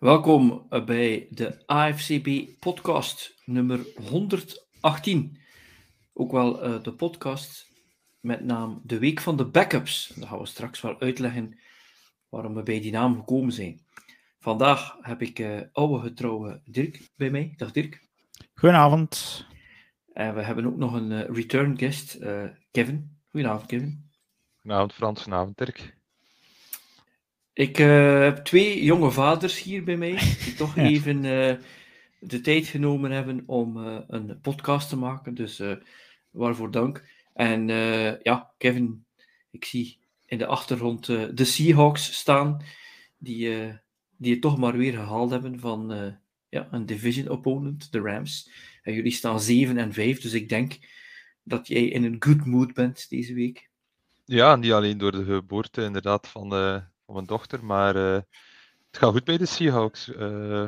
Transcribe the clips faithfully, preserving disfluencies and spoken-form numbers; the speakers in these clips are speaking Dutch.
Welkom bij de A F C B-podcast nummer honderdachttien. Ook wel uh, de podcast met naam De Week van de Backups. Dan gaan we straks wel uitleggen waarom we bij die naam gekomen zijn. Vandaag heb ik uh, oude getrouwe Dirk bij mij. Dag Dirk. Goedenavond. En we hebben ook nog een uh, return guest, uh, Kevin. Goedenavond, Kevin. Goedenavond Frans, goedenavond Dirk. Ik uh, heb twee jonge vaders hier bij mij, die toch ja. even uh, de tijd genomen hebben om uh, een podcast te maken. Dus uh, waarvoor dank. En uh, ja, Kevin, ik zie in de achtergrond uh, de Seahawks staan, die, uh, die het toch maar weer gehaald hebben van uh, ja, een division opponent, de Rams. En jullie staan zeven en vijf, dus ik denk dat jij in een good mood bent deze week. Ja, niet alleen door de geboorte inderdaad van, uh, van mijn dochter, maar uh, het gaat goed bij de Seahawks. Uh,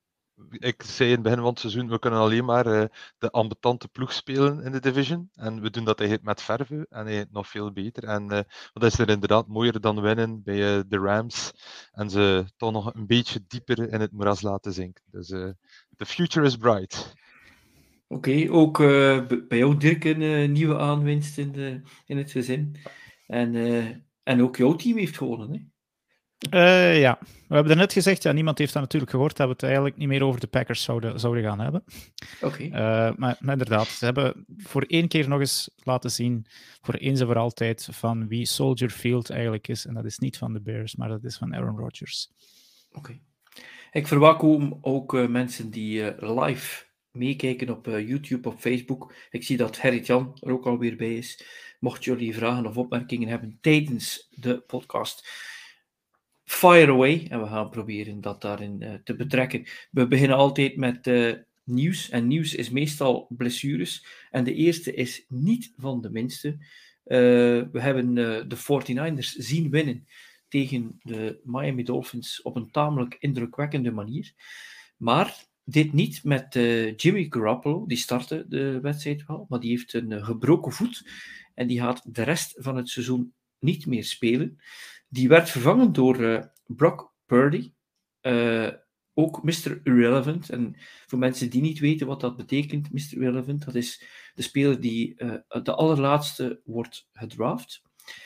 ik zei in het begin van het seizoen, we kunnen alleen maar uh, de ambetante ploeg spelen in de division. En we doen dat eigenlijk met verve en eigenlijk nog veel beter. En uh, dat is er inderdaad mooier dan winnen bij uh, de Rams. En ze toch nog een beetje dieper in het moeras laten zinken. Dus uh, the future is bright. Oké, okay, ook uh, bij jou Dirk een uh, nieuwe aanwinst in, de, in het gezin. En, uh, en ook jouw team heeft gewonnen, hè? Uh, ja, we hebben net gezegd, ja, niemand heeft dat natuurlijk gehoord, dat we het eigenlijk niet meer over de Packers zouden, zouden gaan hebben. Oké. Okay. Uh, maar, maar inderdaad, ze hebben voor één keer nog eens laten zien, voor eens en voor altijd, van wie Soldier Field eigenlijk is. En dat is niet van de Bears, maar dat is van Aaron Rodgers. Oké. Okay. Ik verwelkom ook uh, mensen die uh, live meekijken op uh, YouTube, op Facebook. Ik zie dat Gerrit Jan er ook alweer bij is. Mocht jullie vragen of opmerkingen hebben tijdens de podcast, fire away. En we gaan proberen dat daarin uh, te betrekken. We beginnen altijd met uh, nieuws. En nieuws is meestal blessures. En de eerste is niet van de minste. Uh, we hebben uh, de forty-niners zien winnen tegen de Miami Dolphins op een tamelijk indrukwekkende manier. Maar dit niet met uh, Jimmy Garoppolo, die startte de wedstrijd wel, maar die heeft een uh, gebroken voet en die gaat de rest van het seizoen niet meer spelen. Die werd vervangen door uh, Brock Purdy, uh, ook mister Irrelevant. En voor mensen die niet weten wat dat betekent, mister Irrelevant, dat is de speler die uh, de allerlaatste wordt gedraft.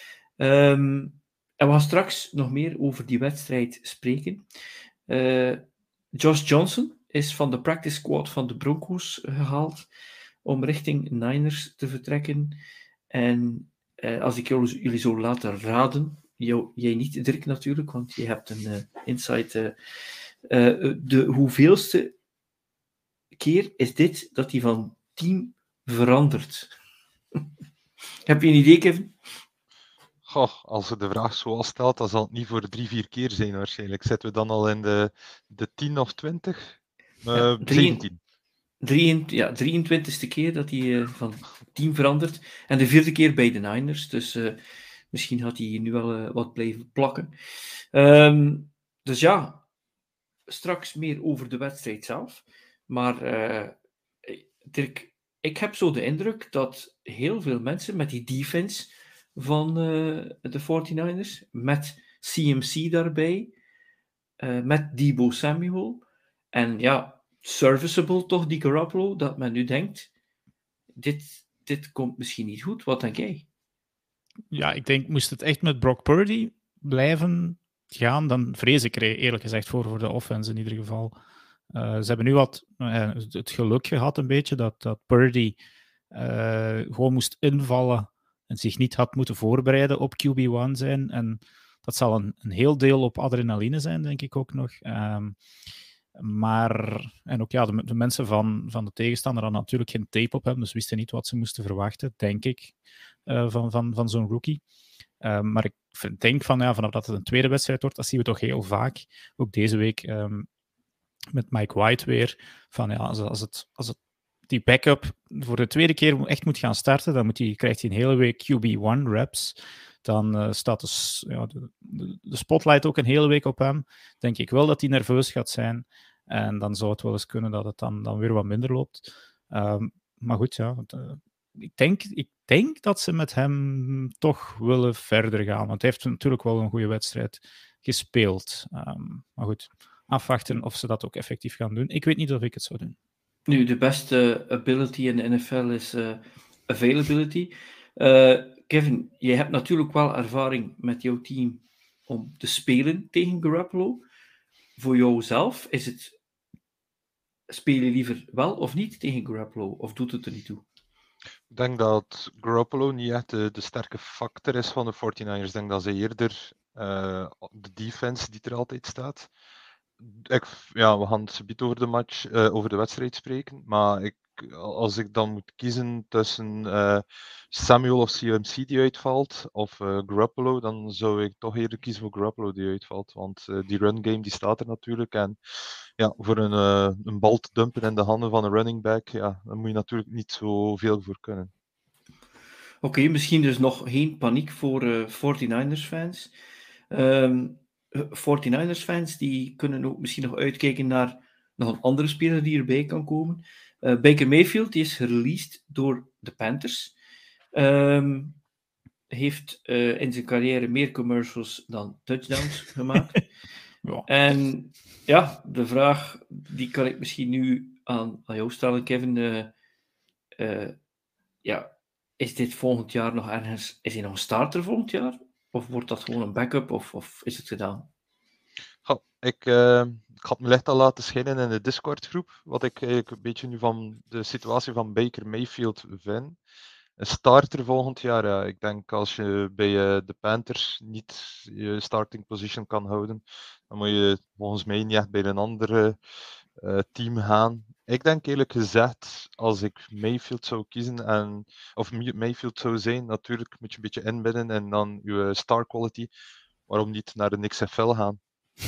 Um, En we gaan straks nog meer over die wedstrijd spreken. Uh, Josh Johnson is van de practice squad van de Broncos gehaald om richting Niners te vertrekken. En uh, als ik jullie zo laat raden, jou, jij niet Dirk natuurlijk, want je hebt een uh, insight. Uh, uh, de hoeveelste keer is dit dat hij van team verandert? Heb je een idee, Kevin? Goh, als ze de vraag zo stelt, dan zal het niet voor drie, vier keer zijn waarschijnlijk. Zitten we dan al in de, de tien of twintig? Uh, ja, drie, zeventien. Drie, ja, drieëntwintigste keer dat hij uh, van team verandert. En de vierde keer bij de Niners. Dus uh, misschien had hij hier nu wel uh, wat blijven plakken. Um, dus ja, straks meer over de wedstrijd zelf. Maar uh, Dirk, ik heb zo de indruk dat heel veel mensen met die defense van uh, de forty-niners, met C M C daarbij, uh, met Deebo Samuel, en ja, serviceable toch, die Garoppolo, dat men nu denkt, dit, dit komt misschien niet goed. Wat denk jij? Ja, ik denk, moest het echt met Brock Purdy blijven gaan, dan vrees ik er eerlijk gezegd voor, voor de offense in ieder geval. Uh, ze hebben nu wat uh, het geluk gehad een beetje, dat, dat Purdy uh, gewoon moest invallen en zich niet had moeten voorbereiden op Q B one zijn. En dat zal een, een heel deel op adrenaline zijn, denk ik ook nog. Um, maar, en ook ja, de, de mensen van, van de tegenstander hadden natuurlijk geen tape op hem, dus wisten niet wat ze moesten verwachten, denk ik, uh, van, van, van zo'n rookie. Um, maar ik denk van, ja, vanaf dat het een tweede wedstrijd wordt, dat zien we toch heel vaak. Ook deze week um, met Mike White weer, van ja, als, als, het, als het die backup voor de tweede keer echt moet gaan starten, dan moet hij, krijgt hij een hele week Q B one reps. Dan uh, staat dus, ja, de, de, de spotlight ook een hele week op hem. Denk ik wel dat hij nerveus gaat zijn. En dan zou het wel eens kunnen dat het dan, dan weer wat minder loopt. Um, maar goed, ja. Want, uh, ik, denk, ik denk dat ze met hem toch willen verder gaan. Want hij heeft natuurlijk wel een goede wedstrijd gespeeld. Um, maar goed, afwachten of ze dat ook effectief gaan doen. Ik weet niet of ik het zou doen. Nu, de beste ability in de N F L is uh, availability. Uh, Kevin, jij hebt natuurlijk wel ervaring met jouw team om te spelen tegen Garoppolo. Voor jouzelf, is het speel je liever wel of niet tegen Garoppolo, of doet het er niet toe? Ik denk dat Garoppolo niet echt de, de sterke factor is van de forty-niners. Ik denk dat ze eerder uh, de defense die er altijd staat. Ik, ja, we gaan het subiet over de match, uh, over de wedstrijd spreken. Maar ik, als ik dan moet kiezen tussen uh, Samuel of C M C die uitvalt, of uh, Garoppolo, dan zou ik toch eerder kiezen voor Garoppolo die uitvalt. Want uh, die run game die staat er natuurlijk. En ja, voor een, uh, een bal te dumpen in de handen van een running back, ja, daar moet je natuurlijk niet zoveel voor kunnen. Oké, okay, misschien dus nog geen paniek voor uh, forty-niners fans. Um, forty-niners fans die kunnen ook misschien nog uitkijken naar nog een andere speler die erbij kan komen. Uh, Baker Mayfield die is released door de Panthers. Um, heeft uh, in zijn carrière meer commercials dan touchdowns gemaakt. Ja. En ja, de vraag die kan ik misschien nu aan, aan jou stellen, Kevin. Uh, uh, ja, is dit volgend jaar nog ergens... Is hij nog een starter volgend jaar? Of wordt dat gewoon een backup? Of, of is het gedaan? Goh, ik, uh, ik had me licht al laten schijnen in de Discord-groep. Wat ik eigenlijk een beetje nu van de situatie van Baker Mayfield vind. Een starter volgend jaar, ja. Ik denk als je bij uh, de Panthers niet je starting position kan houden, dan moet je volgens mij niet echt bij een andere uh, team gaan. Ik denk eerlijk gezegd, als ik Mayfield zou kiezen, en, of Mayfield zou zijn, natuurlijk moet je een beetje inbidden en dan je star quality, waarom niet naar de X F L gaan?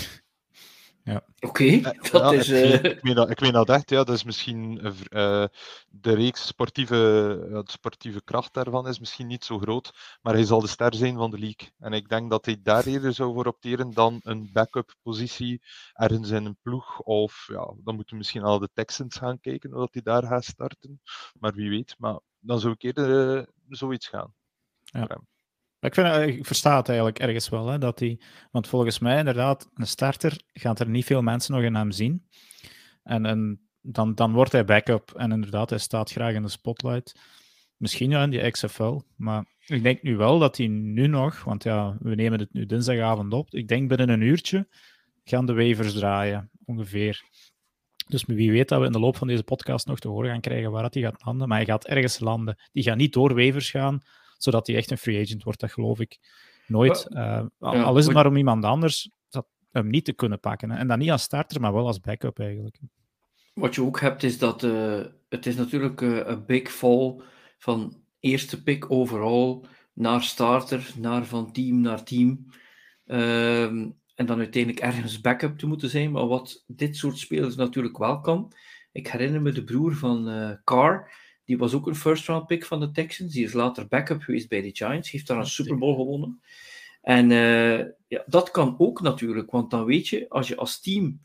Ja. Oké, okay, dat ja, is... Ik, uh... ik, meen dat, ik meen dat echt, ja, dat is misschien uh, de reeks sportieve, uh, de sportieve kracht daarvan is misschien niet zo groot, maar hij zal de ster zijn van de league. En ik denk dat hij daar eerder zou voor opteren dan een backup positie ergens in een ploeg, of ja, dan moeten we misschien al de Texans gaan kijken, of hij daar gaat starten, maar wie weet. Maar dan zou ik eerder uh, zoiets gaan. Ja. Ik, vind, ik versta het eigenlijk ergens wel, hè, dat die, want volgens mij inderdaad, een starter gaat er niet veel mensen nog in hem zien. En, en dan, dan wordt hij backup en inderdaad, hij staat graag in de spotlight. Misschien ja in die X F L, maar ik denk nu wel dat hij nu nog, want ja, we nemen het nu dinsdagavond op, ik denk binnen een uurtje gaan de waivers draaien, ongeveer. Dus wie weet dat we in de loop van deze podcast nog te horen gaan krijgen waar hij gaat landen, maar hij gaat ergens landen. Die gaat niet door waivers gaan, zodat hij echt een free agent wordt, dat geloof ik nooit. Uh, al, ja, al is het maar om iemand anders dat, hem niet te kunnen pakken. Hè. En dan niet als starter, maar wel als backup eigenlijk. Wat je ook hebt, is dat uh, het is natuurlijk uh, een big fall van eerste pick overall naar starter, naar van team naar team. Uh, en dan uiteindelijk ergens backup te moeten zijn. Maar wat dit soort spelers natuurlijk wel kan. Ik herinner me de broer van uh, Carr. Die was ook een first round pick van de Texans. Die is later backup geweest bij de Giants. Heeft daar een Super Bowl gewonnen. En uh, ja, dat kan ook natuurlijk. Want dan weet je, als je als team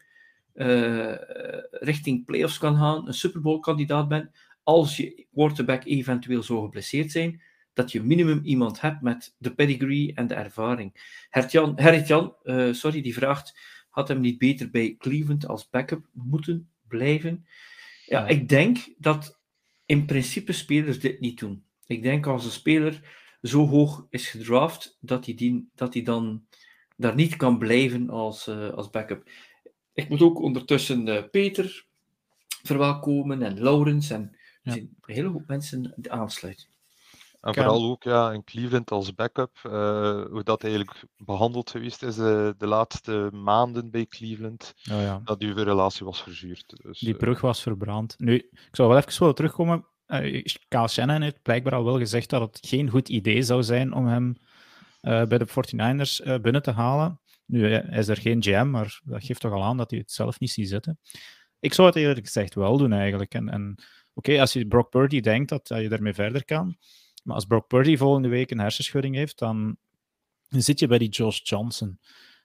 uh, richting playoffs kan gaan, een Super Bowl kandidaat bent, als je quarterback eventueel zou geblesseerd zijn, dat je minimum iemand hebt met de pedigree en de ervaring. Hertjan, Hertjan uh, sorry, die vraagt, had hem niet beter bij Cleveland als backup moeten blijven? Ja, ja. Ik denk dat in principe spelers dit niet doen. Ik denk als een speler zo hoog is gedraft, dat hij, die, dat hij dan daar niet kan blijven als, uh, als backup. Ik moet ook ondertussen uh, Peter verwelkomen en Laurens en er zijn een hele hoop mensen die aansluiten. En vooral ook ja, in Cleveland als backup, uh, hoe dat eigenlijk behandeld geweest is de, de laatste maanden bij Cleveland, oh ja. dat die relatie was verzuurd. Dus, die brug was verbrand. Nu, ik zou wel even willen terugkomen. Uh, Kyle Shanahan heeft blijkbaar al wel gezegd dat het geen goed idee zou zijn om hem uh, bij de forty-niners uh, binnen te halen. Nu, hij is er geen G M, maar dat geeft toch al aan dat hij het zelf niet ziet zitten. Ik zou het eerlijk gezegd wel doen eigenlijk. En, en oké, okay, als je Brock Purdy denkt dat uh, je daarmee verder kan, maar als Brock Purdy volgende week een hersenschudding heeft, dan zit je bij die Josh Johnson.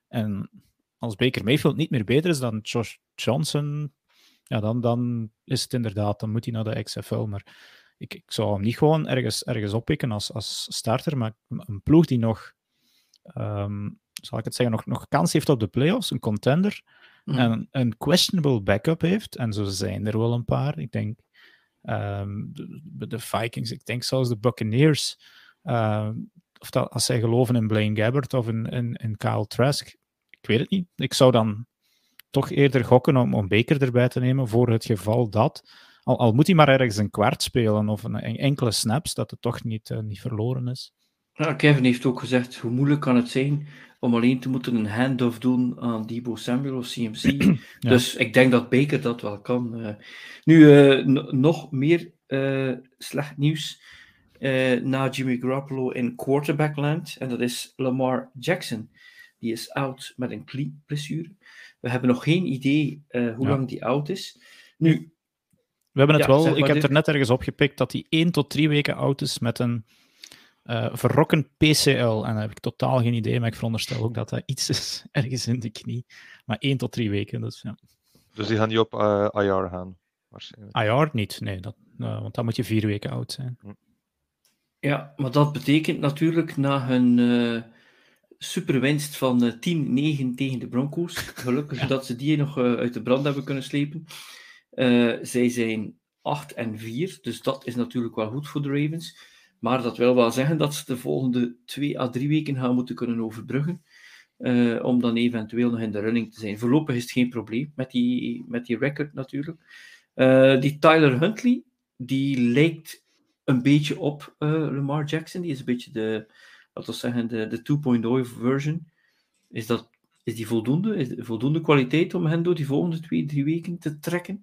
En als Baker Mayfield niet meer beter is dan Josh Johnson, ja, dan, dan is het inderdaad, dan moet hij naar de X F L. Maar ik, ik zou hem niet gewoon ergens, ergens oppikken als, als starter, maar een ploeg die nog, um, zal ik het zeggen, nog, nog kans heeft op de playoffs, een contender, Mhm. en een questionable backup heeft, en zo zijn er wel een paar, ik denk ehm, de, de Vikings, ik denk zelfs de Buccaneers, ehm, of dat, als zij geloven in Blaine Gabbert of in, in, in Kyle Trask, ik weet het niet. Ik zou dan toch eerder gokken om, om Baker erbij te nemen voor het geval dat, al, al moet hij maar ergens een kwart spelen of een, een enkele snaps, dat het toch niet, uh, niet verloren is. Ja, Kevin heeft ook gezegd, hoe moeilijk kan het zijn om alleen te moeten een handoff doen aan Deebo Samuel of C M C. Ja. Dus ik denk dat Baker dat wel kan. Uh, nu, uh, n- nog meer uh, slecht nieuws uh, na Jimmy Garoppolo in quarterbackland. En dat is Lamar Jackson. Die is out met een knieblessure. We hebben nog geen idee uh, hoe Ja. lang die oud is. Nu, we hebben het ja, wel, zeg ik maar heb dit. er net ergens opgepikt dat hij één tot drie weken oud is met een uh, verrokkend P C L. En dan heb ik totaal geen idee, maar ik veronderstel ook dat dat iets is ergens in de knie. Maar één tot drie weken, dus ja. Dus die gaan niet op uh, I R gaan, waarschijnlijk. I R niet, nee, dat, uh, want dan moet je vier weken oud zijn. Hm. Ja, maar dat betekent natuurlijk na hun uh, superwinst van uh, tien negen tegen de Broncos, gelukkig Ja. dat ze die nog uh, uit de brand hebben kunnen slepen. Uh, zij zijn acht en vier, dus dat is natuurlijk wel goed voor de Ravens. Maar dat wil wel zeggen dat ze de volgende twee à drie weken gaan moeten kunnen overbruggen, uh, om dan eventueel nog in de running te zijn. Voorlopig is het geen probleem met die, met die record natuurlijk. Uh, die Tyler Huntley, die lijkt een beetje op uh, Lamar Jackson. Die is een beetje de, laten we zeggen, de, de twee punt nul version. Is, dat, is die voldoende? Is de voldoende kwaliteit om hen door die volgende twee, drie weken te trekken?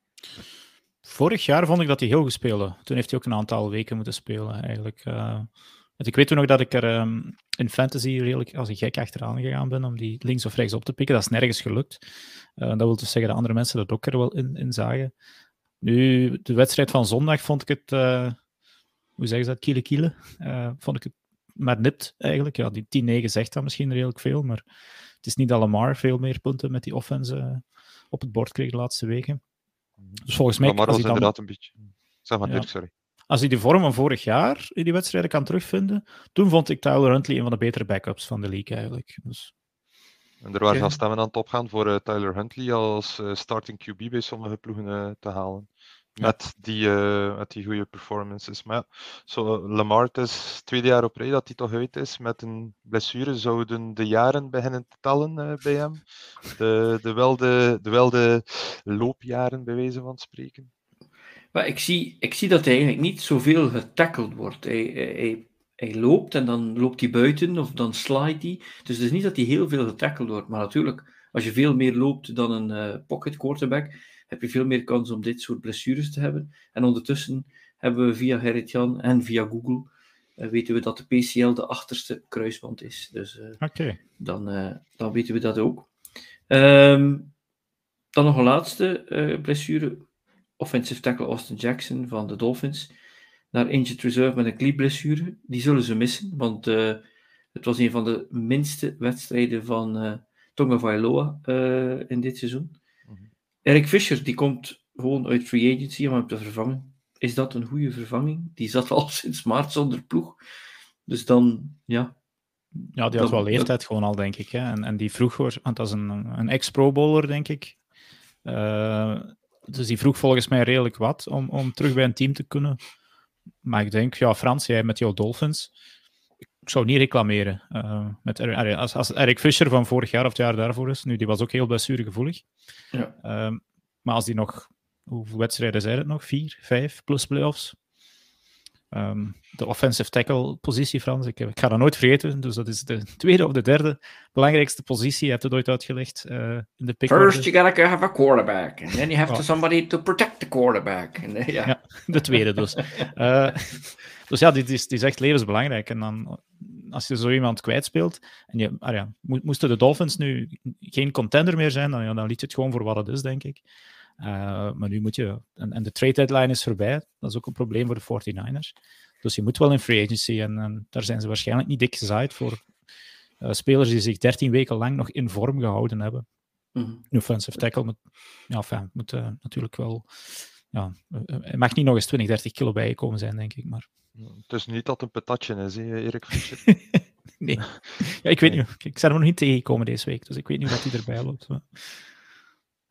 Vorig jaar vond ik dat hij heel goed speelde. Toen heeft hij ook een aantal weken moeten spelen, eigenlijk. Uh, ik weet toen nog dat ik er um, in fantasy redelijk als een gek achteraan gegaan ben om die links of rechts op te pikken. Dat is nergens gelukt. Uh, dat wil dus zeggen dat andere mensen dat ook er wel in, in zagen. Nu, de wedstrijd van zondag vond ik het... Uh, hoe zeggen ze dat? Kiele kiele. Uh, vond ik het maar nipt, eigenlijk. Ja, die tien negen zegt dat misschien redelijk veel, maar het is niet dat Lamar veel meer punten met die offense uh, op het bord kreeg de laatste weken. Dus volgens mij... Lamar was dan, inderdaad een beetje... Zeg maar, ja. Dirk, sorry. Als hij de vorm van vorig jaar in die wedstrijden kan terugvinden, toen vond ik Tyler Huntley een van de betere backups van de league, eigenlijk. Dus... En er waren okay. stemmen aan het opgaan voor uh, Tyler Huntley als uh, starting Q B bij sommige ploegen uh, te halen. Met, ja. die, uh, met die goede performances. Maar ja, zo, Lamar, het is het tweede jaar op rij dat hij toch uit is met een blessure. Zouden de jaren beginnen te tellen uh, bij hem? De, de, wel de, de, wel de loopjaren, bij wijze van spreken. Maar ik zie, ik zie dat hij eigenlijk niet zoveel getackled wordt. Hij, hij, hij loopt en dan loopt hij buiten of dan slide hij. Dus het is niet dat hij heel veel getackled wordt. Maar natuurlijk, als je veel meer loopt dan een uh, pocket quarterback, heb je veel meer kans om dit soort blessures te hebben. En ondertussen hebben we via Gerrit-Jan en via Google, uh, weten we dat de P C L de achterste kruisband is. Dus uh, okay. dan, uh, dan weten we dat ook. Um, dan nog een laatste uh, blessure. Offensive tackle Austin Jackson van de Dolphins naar injured reserve met een knieblessure. Die zullen ze missen, want uh, het was een van de minste wedstrijden van uh, Tonga Vailoa uh, in dit seizoen. Mm-hmm. Eric Fisher, die komt gewoon uit free agency om hem te vervangen. Is dat een goede vervanging? Die zat al sinds maart zonder ploeg. Dus dan, ja... Ja, die had dan, wel leeftijd dat... gewoon al, denk ik. Hè? En, en die vroeg, hoor, want dat is een, een ex-pro bowler, denk ik. Uh, Dus die vroeg volgens mij redelijk wat om, om terug bij een team te kunnen. Maar ik denk, ja, Frans, jij met jouw Dolphins, ik zou niet reclameren. Uh, met, als, als Eric Fisher van vorig jaar of het jaar daarvoor is, nu, die was ook heel blessuregevoelig. Ja. Uh, maar als die nog, hoeveel wedstrijden zijn het nog? Vier, vijf, plus playoffs. Um, de offensive tackle positie, Frans, ik, ik ga dat nooit vergeten. Dus dat is de tweede of de derde belangrijkste positie. Je hebt het ooit uitgelegd uh, in de pick. First you gotta have a quarterback. And then you have oh. to somebody to protect the quarterback. And, uh, yeah. Ja, de tweede dus. uh, dus ja, die, die, is, die is echt levensbelangrijk. En dan, als je zo iemand kwijtspeelt, en je, ah ja, mo- moesten de Dolphins nu geen contender meer zijn, dan, ja, dan liet je het gewoon voor wat het is, denk ik. Uh, maar nu moet je... En, en de trade deadline is voorbij. Dat is ook een probleem voor de forty-niners. Dus je moet wel in free agency. En, en daar zijn ze waarschijnlijk niet dik gezaaid voor uh, spelers die zich dertien weken lang nog in vorm gehouden hebben. Mm-hmm. Een offensive tackle moet, ja, enfin, moet uh, natuurlijk wel... Ja, het mag niet nog eens twintig, dertig kilo bijgekomen zijn, denk ik. Maar... Het is niet dat een patatje is, hè, Erik Fischer. Nee. Ja, ik weet niet. Ik ben er nog niet tegengekomen deze week. Dus ik weet niet wat hij erbij loopt. Maar...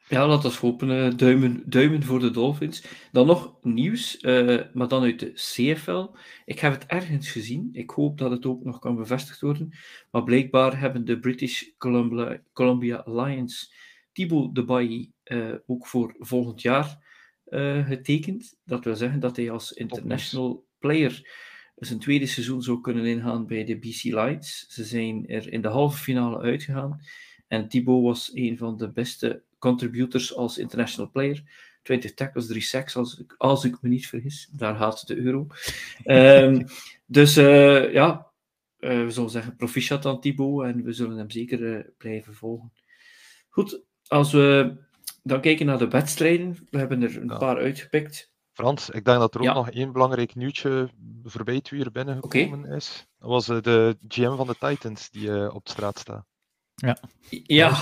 Ja, laten we hopen. Uh, duimen, duimen voor de Dolphins. Dan nog nieuws, uh, maar dan uit de C F L. Ik heb het ergens gezien. Ik hoop dat het ook nog kan bevestigd worden. Maar blijkbaar hebben de British Columbia, Columbia Lions Thibaut Debailly uh, ook voor volgend jaar uh, getekend. Dat wil zeggen dat hij als international player zijn tweede seizoen zou kunnen ingaan bij de B C Lions. Ze zijn er in de halve finale uitgegaan. En Thibaut was een van de beste contributors als international player. twintig tackles, drie sacks, als ik, als ik me niet vergis. Daar gaat de euro. um, dus uh, ja, uh, we zullen zeggen proficiat aan Thibaut en we zullen hem zeker uh, blijven volgen. Goed, als we dan kijken naar de wedstrijden, we hebben er een ja. paar uitgepikt. Frans, ik denk dat er ook ja. nog één belangrijk nieuwtje voorbij het uur binnengekomen okay. is. Dat was uh, de G M van de Titans die uh, op straat staat. Ja. Ja,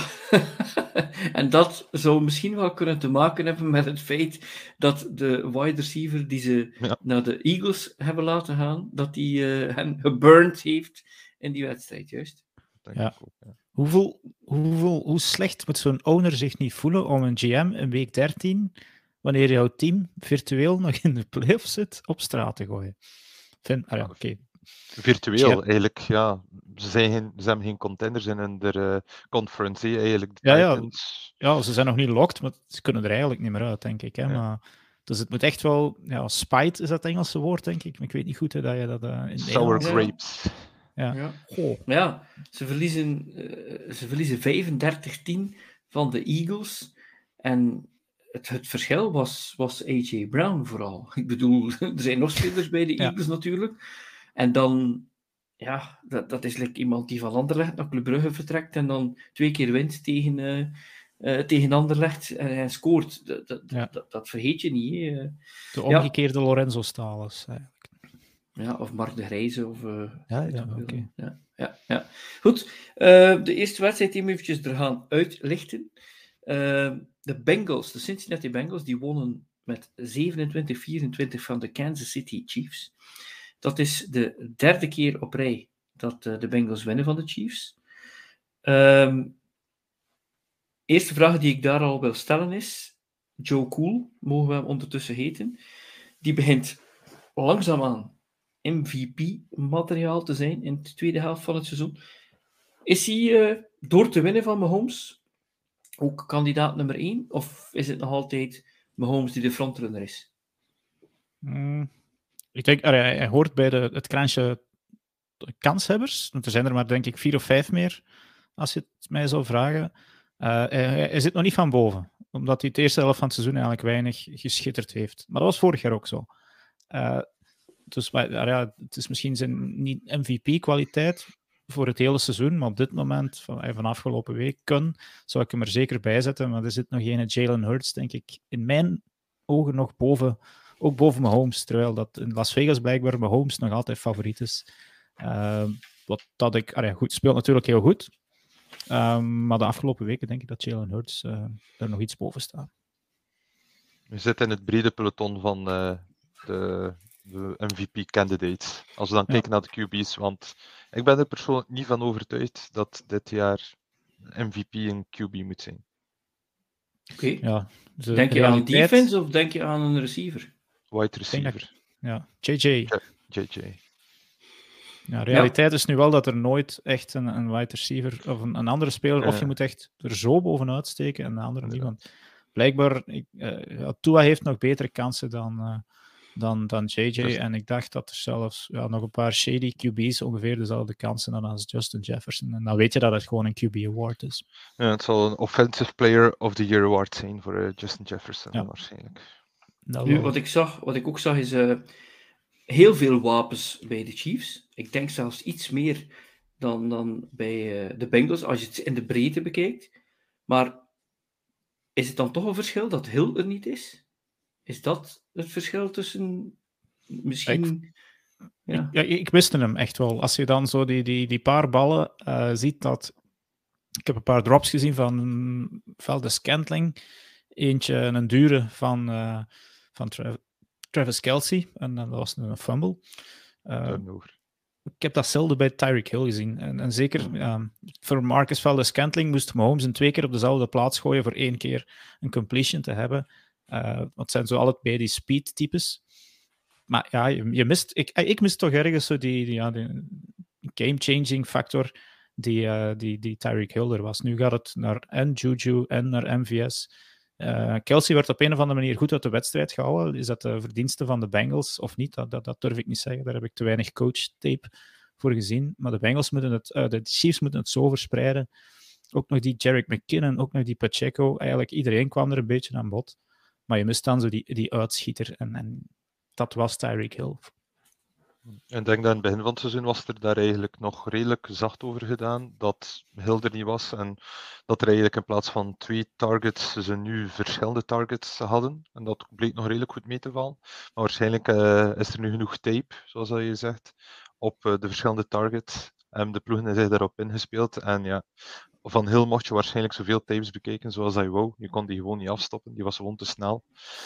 en dat zou misschien wel kunnen te maken hebben met het feit dat de wide receiver die ze ja. naar de Eagles hebben laten gaan, dat die uh, hen geburnt heeft in die wedstrijd, juist. Ja. Ook, ja. Hoeveel, hoeveel, hoe slecht moet zo'n owner zich niet voelen om een G M in week dertien, wanneer jouw team virtueel nog in de playoffs zit, op straat te gooien? Vind, ah ja, oké. Okay. Virtueel, ja. eigenlijk, ja. Ze, zijn geen, ze hebben geen contenders in hun uh, conference, he, eigenlijk. De ja, Titans. Ja. ja, ze zijn nog niet locked, maar ze kunnen er eigenlijk niet meer uit, denk ik. Hè? Ja. Maar, dus het moet echt wel... Ja, spite is dat het Engelse woord, denk ik. Maar ik weet niet goed hè, dat je dat uh, in Sour grapes. Ja. Ja. Oh. ja, ze verliezen, uh, ze verliezen vijfendertig tien van de Eagles. En het, het verschil was, was A J Brown vooral. Ik bedoel, er zijn nog spelers bij de Eagles ja. natuurlijk. En dan, ja, dat, dat is like iemand die van Anderlecht naar Club Brugge vertrekt en dan twee keer wint tegen, uh, uh, tegen Anderlecht en hij scoort. Dat, dat, ja. dat, dat vergeet je niet. Hè. De omgekeerde ja. Lorenzo Stalles, eigenlijk. Ja, of Mark de Grijze. Of, uh, ja, ja, oké. Okay. Ja, ja, ja. Goed, uh, de eerste wedstrijd die we eventjes er gaan uitlichten. Uh, de Bengals, de Cincinnati Bengals, die wonnen met zevenentwintig vierentwintig van de Kansas City Chiefs. Dat is de derde keer op rij dat uh, de Bengals winnen van de Chiefs. Um, eerste vraag die ik daar al wil stellen is, Joe Cool, mogen we hem ondertussen heten, die begint langzaamaan M V P-materiaal te zijn in de tweede helft van het seizoen. Is hij uh, door te winnen van Mahomes ook kandidaat nummer één? Of is het nog altijd Mahomes die de frontrunner is? Mm. Ik denk, hij, hij hoort bij de, het kraantje kanshebbers. Want er zijn er maar, denk ik, vier of vijf meer, als je het mij zou vragen. Uh, hij, hij zit nog niet van boven, omdat hij het eerste helft van het seizoen eigenlijk weinig geschitterd heeft. Maar dat was vorig jaar ook zo. Uh, dus maar, ja, het is misschien zijn niet M V P-kwaliteit voor het hele seizoen, maar op dit moment, van, van afgelopen week, kan, zou ik hem er zeker bij zetten. Maar er zit nog geen Jalen Hurts, denk ik, in mijn ogen nog boven... Ook boven Mahomes, terwijl dat in Las Vegas blijkbaar Mahomes nog altijd favoriet is. Uh, wat dat ik... Ah ja, goed, speelt natuurlijk heel goed. Um, maar de afgelopen weken denk ik dat Jalen Hurts uh, er nog iets boven staat. We zitten in het brede peloton van uh, de, de M V P-candidates. Als we dan ja. kijken naar de Q B's, want ik ben er persoonlijk niet van overtuigd dat dit jaar M V P een Q B moet zijn. Oké. Okay. Ja, de denk je realiteit... aan een defense of denk je aan een receiver? Wide receiver. Dat, ja, J J. J J. Ja, realiteit ja. is nu wel dat er nooit echt een, een wide receiver of een, een andere speler, ja. of je moet echt er zo bovenuit steken en de andere ja. niet. Want blijkbaar, ik, uh, ja, Tua heeft nog betere kansen dan, uh, dan, dan J J. Dus... En ik dacht dat er zelfs ja, nog een paar shady Q B's ongeveer dezelfde kansen dan als Justin Jefferson. En dan weet je dat het gewoon een Q B award is. Ja, het zal een Offensive Player of the Year award zijn voor uh, Justin Jefferson ja. waarschijnlijk. Nu, wat ik zag, wat ik ook zag, is uh, heel veel wapens bij de Chiefs. Ik denk zelfs iets meer dan, dan bij uh, de Bengals, als je het in de breedte bekijkt. Maar is het dan toch een verschil dat Hill er niet is? Is dat het verschil tussen misschien... Ik, ja. Ik, ja, ik miste hem echt wel. Als je dan zo die, die, die paar ballen uh, ziet dat... Ik heb een paar drops gezien van Valdez Scantling. Eentje, een dure van... Uh, van Tra- Travis Kelce, en dat was een fumble. Uh, ik heb dat zelden bij Tyreek Hill gezien. En, en zeker um, voor Marcus Valdes-Scantling moest Mahomes een twee keer op dezelfde plaats gooien voor één keer een completion te hebben. Uh, want het zijn zo allebei die speed-types. Maar ja, je, je mist... Ik, ik mis toch ergens zo die, die, ja, die game-changing factor die, uh, die, die Tyreek Hill er was. Nu gaat het naar en Juju en naar M V S. Uh, Kelsey werd op een of andere manier goed uit de wedstrijd gehouden. Is dat de verdienste van de Bengals of niet? Dat, dat, dat durf ik niet zeggen. Daar heb ik te weinig coach-tape voor gezien. Maar de Bengals moeten het... Uh, de Chiefs moeten het zo verspreiden. Ook nog die Jerick McKinnon, ook nog die Pacheco. Eigenlijk iedereen kwam er een beetje aan bod. Maar je mist dan zo die, die uitschieter. En, en dat was Tyreek Hill. En ik denk dat in het begin van het seizoen was er daar eigenlijk nog redelijk zacht over gedaan, dat Hill er niet was en dat er eigenlijk in plaats van twee targets ze nu verschillende targets hadden. En dat bleek nog redelijk goed mee te vallen. Maar waarschijnlijk uh, is er nu genoeg tape, zoals dat je zegt, op uh, de verschillende targets. En de ploegen zijn zich daarop ingespeeld. En ja, van Hill mocht je waarschijnlijk zoveel tapes bekijken zoals dat je wou. Je kon die gewoon niet afstoppen, die was gewoon te snel.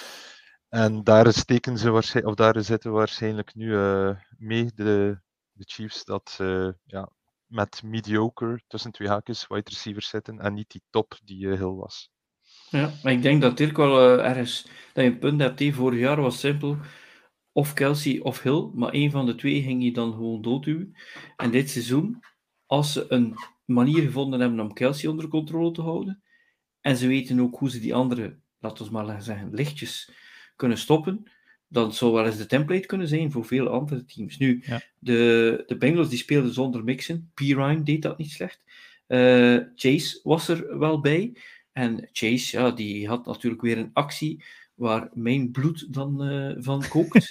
En daar steken ze waarschijnlijk, of daar zitten waarschijnlijk nu uh, mee de, de Chiefs dat uh, ja, met mediocre tussen twee haakjes wide receivers zitten en niet die top die uh, Hill was. Ja, maar ik denk dat Dirk wel uh, ergens dat je een punt hebt. He. Vorig jaar was simpel of Kelsey of Hill, maar één van de twee ging je dan gewoon doodduwen. En dit seizoen, als ze een manier gevonden hebben om Kelsey onder controle te houden, en ze weten ook hoe ze die andere, laten we maar zeggen, lichtjes kunnen stoppen, dan zou wel eens de template kunnen zijn voor veel andere teams. Nu, ja. de, de Bengals die speelden zonder Mixon. Perine deed dat niet slecht. Uh, Chase was er wel bij. En Chase, ja, die had natuurlijk weer een actie waar mijn bloed dan uh, van kookt.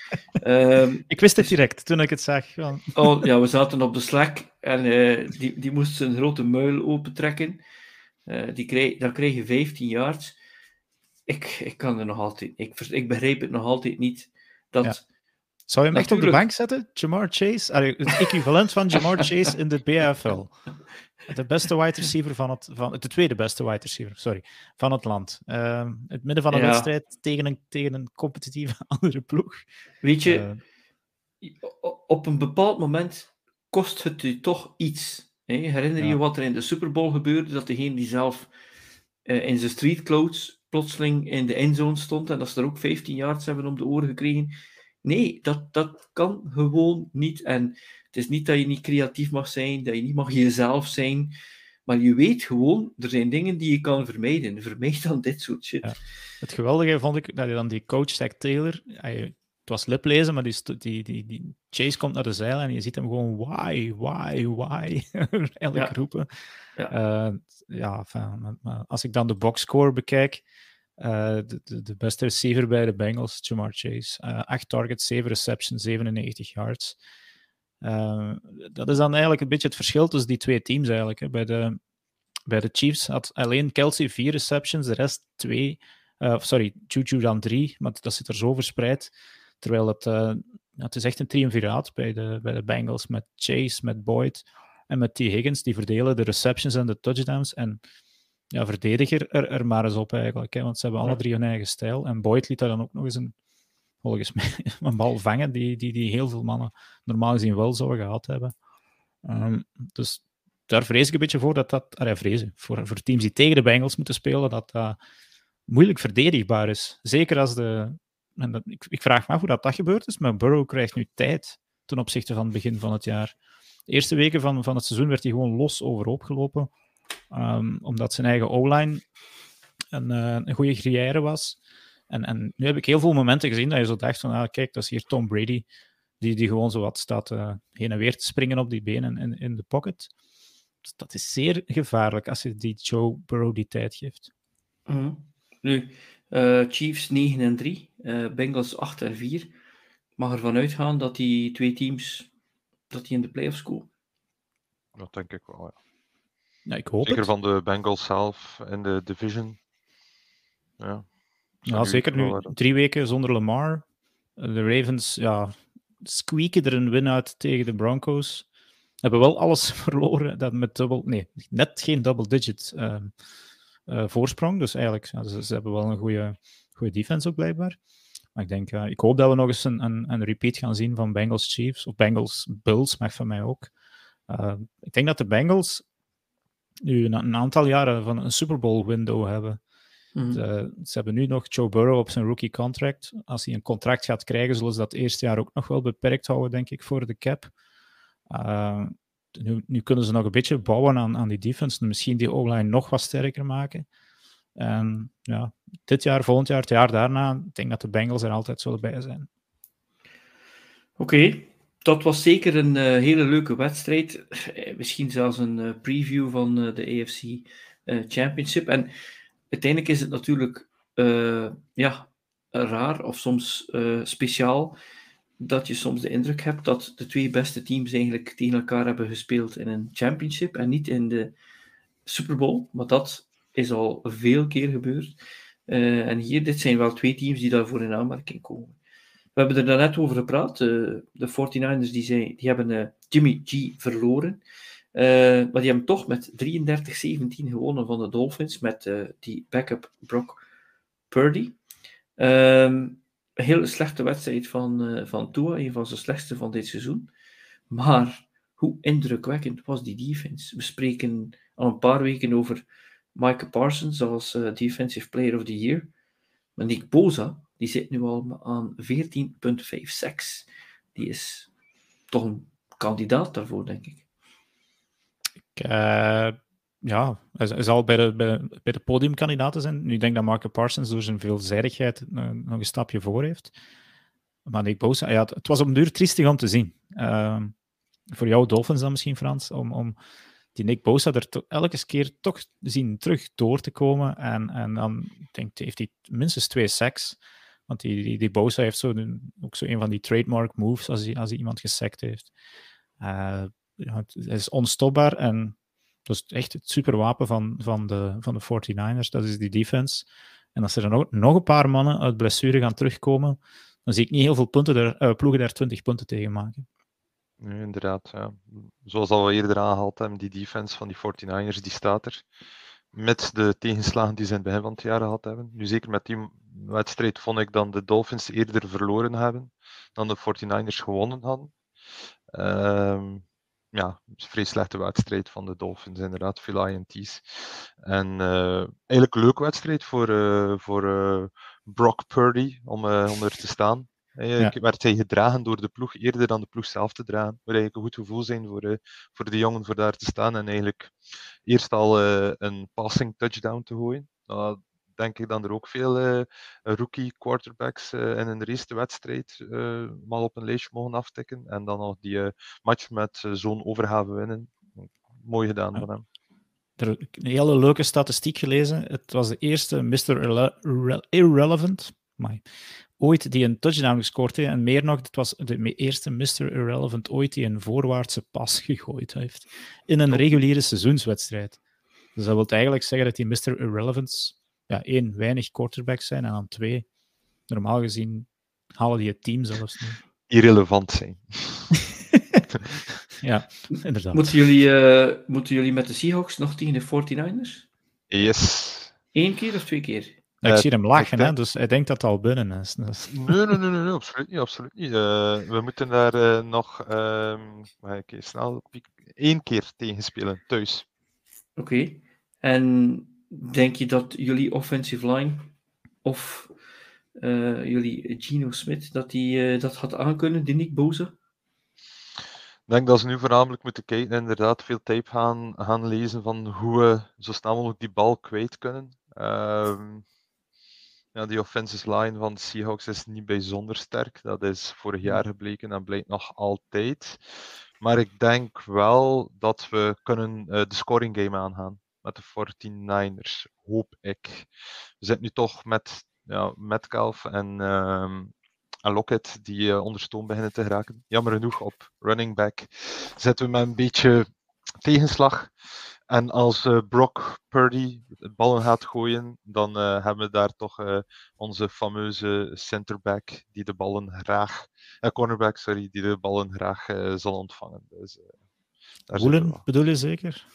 um, ik wist het direct toen ik het zag. Ja. Oh, ja, we zaten op de Slack en uh, die, die moest zijn grote muil opentrekken. Uh, die kreeg, daar kreeg je vijftien yards. Ik, ik kan er nog altijd... Ik, ik begrijp het nog altijd niet. Dat, ja. Zou je hem echt op de bank zetten? Jamar Chase? Allee, het equivalent van Jamar Chase in de B F L. De beste wide receiver van het... Van, de tweede beste wide receiver, sorry. Van het land. Uh, het midden van een ja. wedstrijd tegen een, tegen een competitieve andere ploeg. Weet je, uh, op een bepaald moment kost het je toch iets. Hè? Herinner je ja. wat er in de Super Bowl gebeurde? Dat degene die zelf uh, in zijn street clothes plotseling in de endzone stond en dat ze er ook vijftien yards hebben om de oren gekregen. Nee, dat, dat kan gewoon niet. En het is niet dat je niet creatief mag zijn, dat je niet mag jezelf zijn, maar je weet gewoon, er zijn dingen die je kan vermijden. Vermijd dan dit soort shit. Ja. Het geweldige vond ik, dat je dan die coach, Zach Taylor, hij, het was liplezen, maar die, die, die, die Chase komt naar de zijlijn en je ziet hem gewoon why, why, why, eigenlijk ja. roepen. Ja. Uh, ja, enfin, als ik dan de boxscore bekijk, uh, de, de, de beste receiver bij de Bengals, Jamar Chase, uh, acht targets, zeven receptions, zevenennegentig yards. Uh, dat is dan eigenlijk een beetje het verschil tussen die twee teams eigenlijk. Hè. Bij, de, bij de Chiefs had alleen Kelsey vier receptions, de rest twee. Uh, sorry, Juju dan drie, maar dat zit er zo verspreid. Terwijl het, uh, het is echt een triumviraat bij de, bij de Bengals met Chase, met Boyd en met T. Higgins. Die verdelen de receptions en de touchdowns. En ja, verdediger er, er maar eens op eigenlijk. Hè, want ze hebben alle drie hun eigen stijl. En Boyd liet daar dan ook nog eens een, volgens mij, een bal vangen die, die, die heel veel mannen normaal gezien wel zouden gehad hebben. Um, dus daar vrees ik een beetje voor dat dat... Ah, ja, vrezen. Voor, voor teams die tegen de Bengals moeten spelen, dat dat moeilijk verdedigbaar is. Zeker als de... En dat, ik, ik vraag me af hoe dat, dat gebeurd is, maar Burrow krijgt nu tijd ten opzichte van het begin van het jaar. De eerste weken van, van het seizoen werd hij gewoon los overhoop gelopen, um, omdat zijn eigen O-line een, uh, een goede gruyère was. En, en nu heb ik heel veel momenten gezien dat je zo dacht van, ah, kijk, dat is hier Tom Brady, die, die gewoon zo wat staat uh, heen en weer te springen op die benen in, in de pocket. Dus dat is zeer gevaarlijk als je die Joe Burrow die tijd geeft. Mm-hmm. Nu... Uh, Chiefs negen en drie, uh, Bengals acht en vier. Ik mag ervan uitgaan dat die twee teams dat die in de playoffs komen. Dat denk ik wel, ja. Ja, ik hoop zeker het. van de Bengals zelf en de division. Ja, ja zeker nu worden. Drie weken zonder Lamar. De Ravens, ja, squeaken er een win uit tegen de Broncos. Hebben wel alles verloren, dat met dubbel, nee, net geen double digit uh, uh, voorsprong. Dus eigenlijk, ja, ze, ze hebben wel een goede, goede defense ook blijkbaar. Maar ik denk, uh, ik hoop dat we nog eens een, een, een repeat gaan zien van Bengals Chiefs, of Bengals Bills, mag van mij ook. Uh, ik denk dat de Bengals nu een, een aantal jaren van een Super Bowl window hebben. Mm. De, ze hebben nu nog Joe Burrow op zijn rookie contract. Als hij een contract gaat krijgen, zullen ze dat eerste jaar ook nog wel beperkt houden, denk ik, voor de cap. Uh, nu, nu kunnen ze nog een beetje bouwen aan, aan die defense en misschien die O-line nog wat sterker maken. En ja, dit jaar, volgend jaar, het jaar daarna, ik denk dat de Bengals er altijd zullen bij zijn. Oké, okay. Dat was zeker een uh, hele leuke wedstrijd. Uh, misschien zelfs een uh, preview van uh, de A F C uh, Championship. En uiteindelijk is het natuurlijk uh, ja, raar of soms uh, speciaal dat je soms de indruk hebt dat de twee beste teams eigenlijk tegen elkaar hebben gespeeld in een championship en niet in de Super Bowl. Maar dat is al veel keer gebeurd. Uh, en hier, dit zijn wel twee teams die daarvoor in aanmerking komen. We hebben er daarnet over gepraat. Uh, de forty-niners die zijn, die hebben uh, Jimmy G verloren. Uh, maar die hebben toch met drieëndertig zeventien gewonnen van de Dolphins met uh, die backup Brock Purdy. Um, een hele slechte wedstrijd van, uh, van Tua, een van zijn slechtste van dit seizoen. Maar hoe indrukwekkend was die defense? We spreken al een paar weken over Micah Parsons als uh, Defensive Player of the Year. Maar Nick Bosa, die zit nu al aan veertien komma vijf sacks. Die is toch een kandidaat daarvoor, denk ik. Ik uh, ja, hij zal bij de, bij, bij de podiumkandidaten zijn. Nu, ik denk dat Micah Parsons door zijn veelzijdigheid uh, nog een stapje voor heeft. Maar Nick Bosa, ja, het, het was op een duur triestig om te zien. Uh, voor jou Dolphins dan misschien, Frans, om... om die Nick Bosa er to- elke keer toch zien terug door te komen. En, en dan denk, heeft hij minstens twee sacks. Want die, die, die Bosa heeft zo een, ook zo een van die trademark moves als hij, als hij iemand gesackt heeft. Uh, ja, het is onstopbaar en dat is echt het superwapen van, van, de, van de forty-niners. Dat is die defense. En als er dan ook nog een paar mannen uit blessure gaan terugkomen, dan zie ik niet heel veel punten er, uh, ploegen daar twintig punten tegen maken. Nee, inderdaad. Ja. Zoals al we eerder aangehaald hebben, die defense van die forty-niners, die staat er. Met de tegenslagen die ze in het begin van het jaar gehad hebben. Nu zeker met die wedstrijd vond ik dan de Dolphins eerder verloren hebben dan de forty-niners gewonnen hadden. Um, ja, een vrij slechte wedstrijd van de Dolphins, inderdaad. Veel I N T's. En uh, eigenlijk een leuke wedstrijd voor, uh, voor uh, Brock Purdy om, uh, om er te staan. Eigenlijk ja. werd hij gedragen door de ploeg, eerder dan de ploeg zelf te dragen. Het moet eigenlijk een goed gevoel zijn voor, uh, voor de jongen voor daar te staan en eigenlijk eerst al uh, een passing touchdown te gooien. Uh, denk ik dan er ook veel uh, rookie quarterbacks uh, in een eerste wedstrijd uh, mal op een lijstje mogen aftikken. En dan nog die uh, match met uh, zo'n overgave winnen. Mooi gedaan ja. van hem. Er heb een hele leuke statistiek gelezen. Het was de eerste mister Irre- Irre- Irrelevant my, ooit die een touchdown gescoord heeft. En meer nog, het was de eerste mister Irrelevant ooit die een voorwaartse pas gegooid heeft. In een reguliere seizoenswedstrijd. Dus dat wil eigenlijk zeggen dat die mister Irrelevants ja, één, weinig quarterbacks zijn en dan twee, normaal gezien halen die het team zelfs niet. Irrelevant zijn. Ja, inderdaad. Moeten jullie, uh, moeten jullie met de Seahawks nog tegen de forty-niners? Yes. Eén keer of twee keer? Ja, ik zie hem lachen, hè, dus hij denkt dat het al binnen is. Dus. Nee, nee, nee, nee, nee, absoluut niet. Absoluut niet. Uh, we moeten daar uh, nog um, okay, snel één keer tegen spelen, thuis. Oké. Okay. En denk je dat jullie offensive line of uh, jullie Geno Smith, dat die uh, dat had aankunnen, die Nick Bosa? Ik denk dat ze nu voornamelijk moeten kijken en inderdaad veel tape gaan, gaan lezen van hoe we zo snel mogelijk die bal kwijt kunnen. Um, ja, die offensive line van de Seahawks is niet bijzonder sterk. Dat is vorig jaar gebleken en blijkt nog altijd. Maar ik denk wel dat we kunnen uh, de scoring game aangaan met de forty-niners, hoop ik. We zitten nu toch met ja, Metcalf en... Um, en Lockett die uh, onder stoom beginnen te geraken. Jammer genoeg op running back zitten we met een beetje tegenslag. En als uh, Brock Purdy ballen gaat gooien, dan uh, hebben we daar toch uh, onze fameuze centerback die de ballen graag, uh, cornerback sorry, die de ballen graag uh, zal ontvangen. Dus, uh, Woolen bedoel je zeker?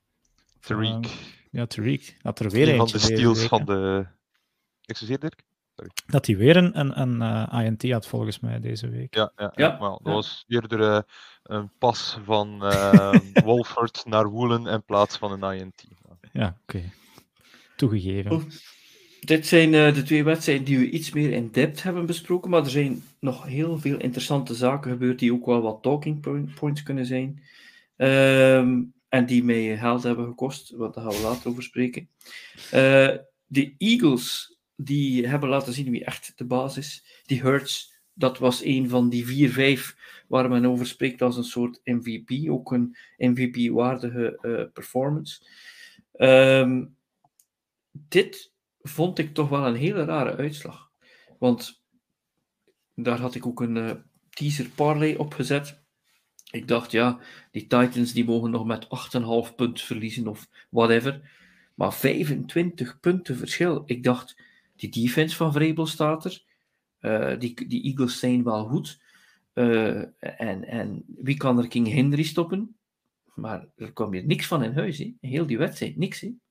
Tariq. Uh, ja, Tariq. Had er weer een eentje. van de steals van de... Excuseer, Dirk? sorry. Dat hij weer een, een, een uh, I N T had, volgens mij, deze week. Ja, ja, ja. Ja, maar dat ja. was eerder uh, een pas van uh, Wolford naar Woolen in plaats van een I N T. Ja, oké. Okay. Toegegeven. Oh, dit zijn uh, de twee wedstrijden die we iets meer in depth hebben besproken, maar er zijn nog heel veel interessante zaken gebeurd die ook wel wat talking points kunnen zijn. Um, en die mij geld hebben gekost, want daar gaan we later over spreken. Uh, de Eagles, die hebben laten zien wie echt de baas is. Die Hurts, dat was een van die vier, vijf waar men over spreekt als een soort M V P, ook een M V P-waardige uh, performance. Um, dit vond ik toch wel een hele rare uitslag. Want daar had ik ook een uh, teaser parlay op gezet. Ik dacht, ja, die Titans die mogen nog met acht komma vijf punt verliezen of whatever. Maar vijfentwintig punten verschil. Ik dacht, die defense van Vrabel staat er. Uh, die, die Eagles zijn wel goed. Uh, en, en wie kan er King Henry stoppen? Maar er kwam hier niks van in huis. He. Heel die wedstrijd, niks. He.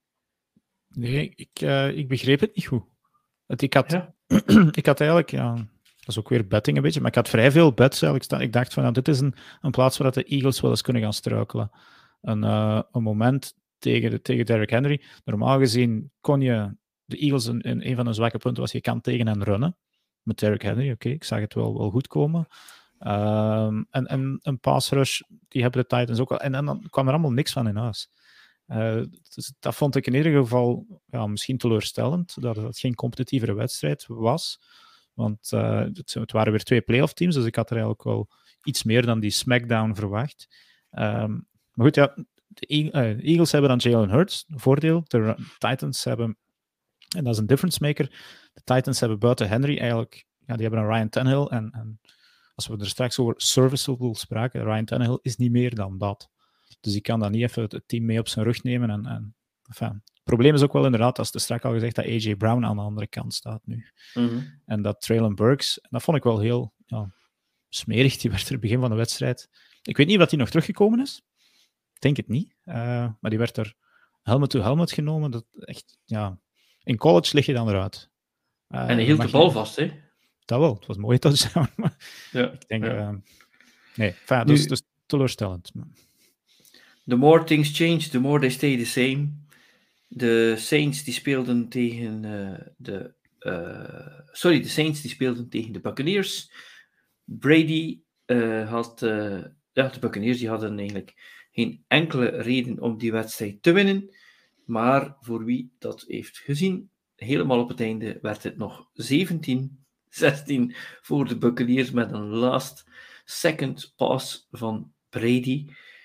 Nee, ik, uh, ik begreep het niet goed. Het, ik, had, ja. ik had eigenlijk... Ja, dat is ook weer betting een beetje, maar ik had vrij veel bets eigenlijk. Ik dacht van, nou, dit is een, een plaats waar de Eagles wel eens kunnen gaan struikelen. Een, uh, een moment tegen, de, tegen Derrick Henry. Normaal gezien kon je de Eagles in, in een van hun zwakke punten was je kan tegen hen runnen. Met Derrick Henry, oké, okay, ik zag het wel, wel goed komen. Um, en, en een pass rush, die hebben de Titans ook wel. En, en dan kwam er allemaal niks van in huis. Uh, dus dat vond ik in ieder geval ja, misschien teleurstellend, dat het geen competitievere wedstrijd was. Want uh, het, het waren weer twee playoff teams, dus ik had er eigenlijk wel iets meer dan die smackdown verwacht. Um, maar goed, ja, de uh, Eagles hebben dan Jalen Hurts, voordeel. De Titans hebben, en dat is een difference maker, de Titans hebben buiten Henry eigenlijk, ja, die hebben een Ryan Tannehill. En, en als we er straks over serviceable spraken, Ryan Tannehill is niet meer dan dat. Dus die kan dan niet even het team mee op zijn rug nemen. En, en, enfin, het probleem is ook wel inderdaad, als er straks al gezegd, dat A J Brown aan de andere kant staat nu. Mm-hmm. En dat Traylon Burks, dat vond ik wel heel ja, smerig. Die werd er het begin van de wedstrijd. Ik weet niet wat hij nog teruggekomen is. Ik denk het niet. Uh, maar die werd er helmet to helmet genomen. Dat echt, ja, in college lig je dan eruit. Uh, en hij hield de bal je... vast, hè? Dat wel. Het was een mooie touchdown. Ja, ik denk... ja. Uh, nee, enfin, dus, dus teleurstellend. The more things change, the more they stay the same. De Saints die speelden tegen uh, de... Uh, sorry, de Saints die speelden tegen de Buccaneers. Brady uh, had... Uh, ja, de Buccaneers die hadden eigenlijk geen enkele reden om die wedstrijd te winnen. Maar voor wie dat heeft gezien, helemaal op het einde werd het nog zeventien zestien voor de Buccaneers met een last second pass van Brady.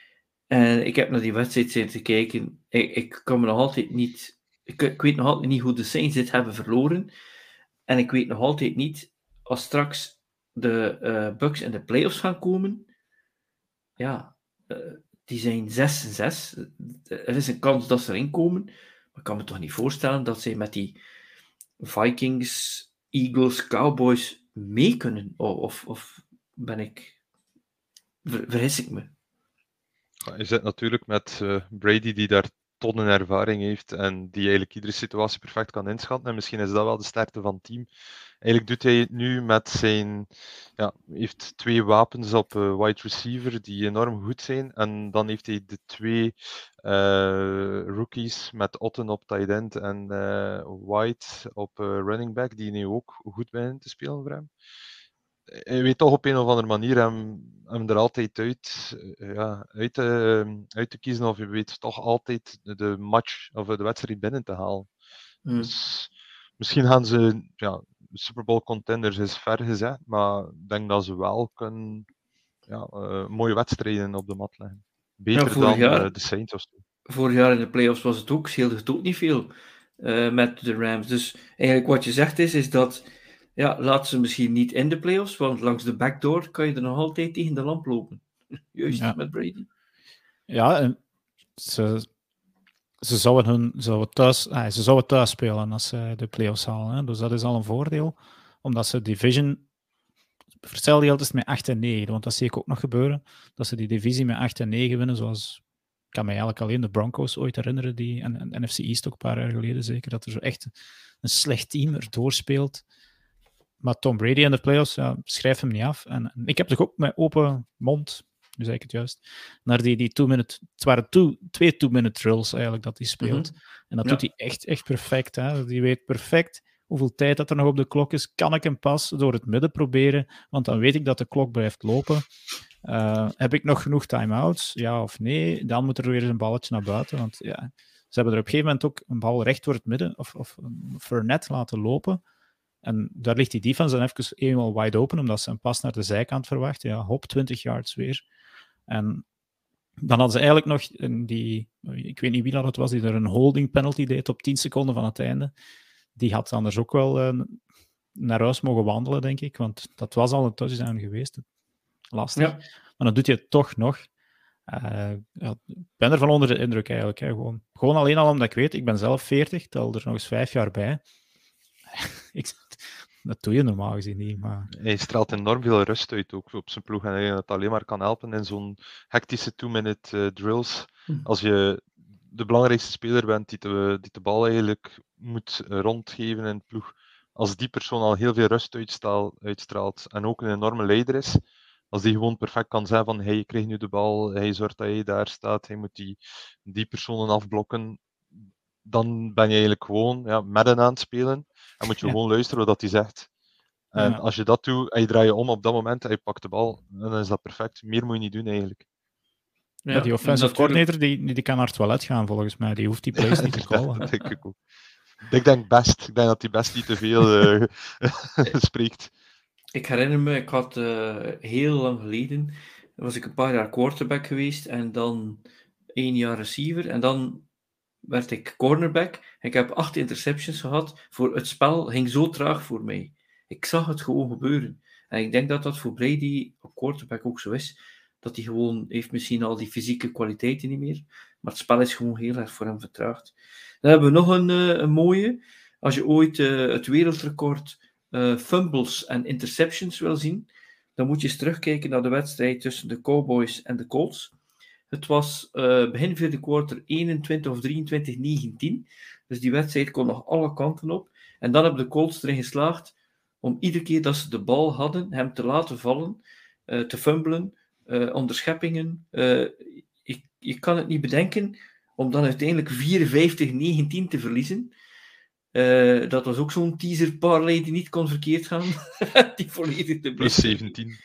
En ik heb naar die wedstrijd zitten kijken. Ik, ik kan me nog altijd niet... Ik, ik weet nog altijd niet hoe de Saints dit hebben verloren. En ik weet nog altijd niet, als straks de uh, Bucks in de playoffs gaan komen, ja, uh, die zijn zes en zes. Er is een kans dat ze erin komen. Maar ik kan me toch niet voorstellen dat zij met die Vikings, Eagles, Cowboys mee kunnen. Of, of ben ik... Ver, vergis ik me? Je zit natuurlijk met uh, Brady, die daar tonnen ervaring heeft en die eigenlijk iedere situatie perfect kan inschatten. En misschien is dat wel de sterkte van het team. Eigenlijk doet hij het nu met zijn... Ja, heeft twee wapens op uh, wide receiver die enorm goed zijn. En dan heeft hij de twee uh, rookies met Otten op tight end en uh, White op uh, running back, die nu ook goed beginnen te spelen voor hem. Hij weet toch op een of andere manier hem, hem er altijd uit, ja, uit, te, uit te kiezen, of je weet toch altijd de match of de wedstrijd binnen te halen. Mm. Dus misschien gaan ze, ja, Super Bowl contenders is ver gezegd, maar ik denk dat ze wel kunnen ja, uh, mooie wedstrijden op de mat leggen. Beter ja, dan jaar, uh, de Saints of zo. Vorig jaar in de playoffs was het ook, scheelde het ook niet veel uh, met de Rams. Dus eigenlijk wat je zegt is, is dat ja, laat ze misschien niet in de playoffs, want langs de backdoor kan je er nog altijd tegen de lamp lopen. Juist, ja. Met Brady. Ja, en ze, ze zouden hun zouden thuis, ah, ze zouden thuis spelen als ze de playoffs halen. Hè. Dus dat is al een voordeel, omdat ze division... Verstel die altijd met acht en negen, want dat zie ik ook nog gebeuren, dat ze die divisie met acht en negen winnen, zoals... Ik kan me eigenlijk alleen de Broncos ooit herinneren, die, en, en N F C East ook een paar jaar geleden zeker, dat er zo echt een slecht team erdoor speelt. maar Tom Brady in de playoffs, ja, schrijf hem niet af. En, en ik heb toch ook met open mond, nu zeg ik het juist, naar die, die two-minute... Het waren two, twee two-minute drills eigenlijk dat hij speelt. Mhm. En dat Ja. doet hij echt, echt perfect. Hè? Die weet perfect hoeveel tijd dat er nog op de klok is. Kan ik hem pas door het midden proberen? Want dan weet ik dat de klok blijft lopen. Uh, heb ik nog genoeg time-outs? Ja of nee? Dan moet er weer een balletje naar buiten. Want ja, ze hebben er op een gegeven moment ook een bal recht door het midden of, of een Fournette laten lopen. En daar ligt die defense dan even eenmaal wide open, omdat ze een pas naar de zijkant verwachten. Ja, hop, twintig yards weer. En dan hadden ze eigenlijk nog die... Ik weet niet wie dat het was, die er een holding penalty deed op tien seconden van het einde. Die had anders ook wel uh, naar huis mogen wandelen, denk ik. Want dat was al een touchdown geweest. Lastig. Ja. Maar dan doet je het toch nog. Uh, ja, ik ben ervan onder de indruk eigenlijk. Hè. Gewoon, gewoon alleen al omdat ik weet, ik ben zelf veertig, tel er nog eens vijf jaar bij. ik, dat doe je normaal gezien niet. Maar... Hij straalt enorm veel rust uit ook op zijn ploeg. En hij het alleen maar kan helpen in zo'n hectische two-minute uh, drills. Hm. Als je de belangrijkste speler bent die de, die de bal eigenlijk moet rondgeven in de ploeg. Als die persoon al heel veel rust uitstraalt, uitstraalt en ook een enorme leider is, als die gewoon perfect kan zeggen van hey, je krijgt nu de bal, hij zorgt dat hij daar staat, hij moet die, die personen afblokken, dan ben je eigenlijk gewoon ja, met hen aan het spelen en moet je ja. gewoon luisteren wat hij zegt. En ja. als je dat doet en je draait je om op dat moment en je pakt de bal, dan is dat perfect. Meer moet je niet doen eigenlijk. Ja, ja die offensive coordinator die, die kan naar het toilet gaan volgens mij, die hoeft die plays niet te callen. Dat denk ik ook. Ik denk best, ik denk dat hij best niet te veel uh, spreekt. Ik herinner me, ik had uh, heel lang geleden, was ik een paar jaar quarterback geweest en dan één jaar receiver en dan werd ik cornerback. Ik heb acht interceptions gehad. Voor het spel ging zo traag voor mij. Ik zag het gewoon gebeuren. En ik denk dat dat voor Brady op quarterback ook zo is. Dat hij gewoon heeft misschien al die fysieke kwaliteiten niet meer. Maar het spel is gewoon heel erg voor hem vertraagd. Dan hebben we nog een, uh, een mooie. Als je ooit uh, het wereldrecord uh, fumbles en interceptions wil zien, dan moet je eens terugkijken naar de wedstrijd tussen de Cowboys en de Colts. Het was uh, begin vierde quarter eenentwintig of drieëntwintig negentien. Dus die wedstrijd kon nog alle kanten op. En dan hebben de Colts erin geslaagd om iedere keer dat ze de bal hadden, hem te laten vallen, uh, te fumblen, uh, onderscheppingen. Uh, ik, je kan het niet bedenken, om dan uiteindelijk vierenvijftig negentien te verliezen. Uh, dat was ook zo'n teaser parlay die niet kon verkeerd gaan. die volledig te plus zeventien.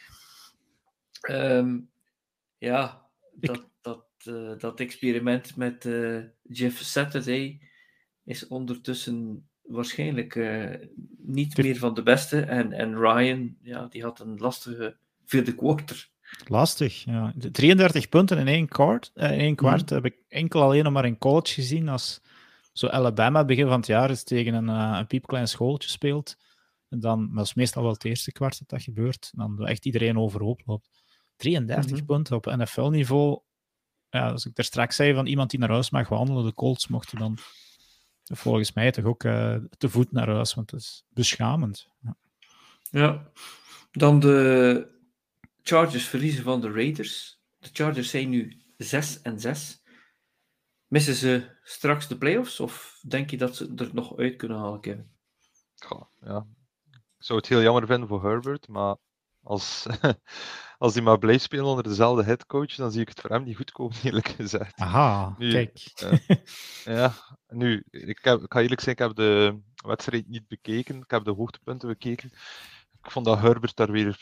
Um, ja, dat... Dat, uh, dat experiment met uh, Jeff Saturday is ondertussen waarschijnlijk uh, niet meer van de beste. En, en Ryan, ja, die had een lastige vierde quarter. Lastig, ja. De drieëndertig punten in één kwart, uh, in één kwart mm. heb ik enkel alleen nog maar in college gezien. Als zo Alabama begin van het jaar is tegen een, uh, een piepklein schooltje speelt. En dan, dat is meestal wel het eerste kwart dat dat gebeurt. Dan echt iedereen overhoop loopt. drieëndertig mm-hmm. punten op N F L-niveau. Ja, als ik daar straks zei van iemand die naar huis mag wandelen, de Colts mochten dan volgens mij toch ook uh, te voet naar huis, want het is beschamend. Ja. ja, dan de Chargers verliezen van de Raiders. De Chargers zijn nu zes en zes. Missen ze straks de playoffs of denk je dat ze er nog uit kunnen halen, Kevin? Goh, ja. Ik zou het heel jammer vinden voor Herbert, maar als... Als hij maar blijft spelen onder dezelfde headcoach, dan zie ik het voor hem niet goed komen, eerlijk gezegd. Aha, nu, kijk. Uh, ja, nu, ik, heb, ik ga eerlijk zijn, ik heb de wedstrijd niet bekeken. Ik heb de hoogtepunten bekeken. Ik vond dat Herbert daar weer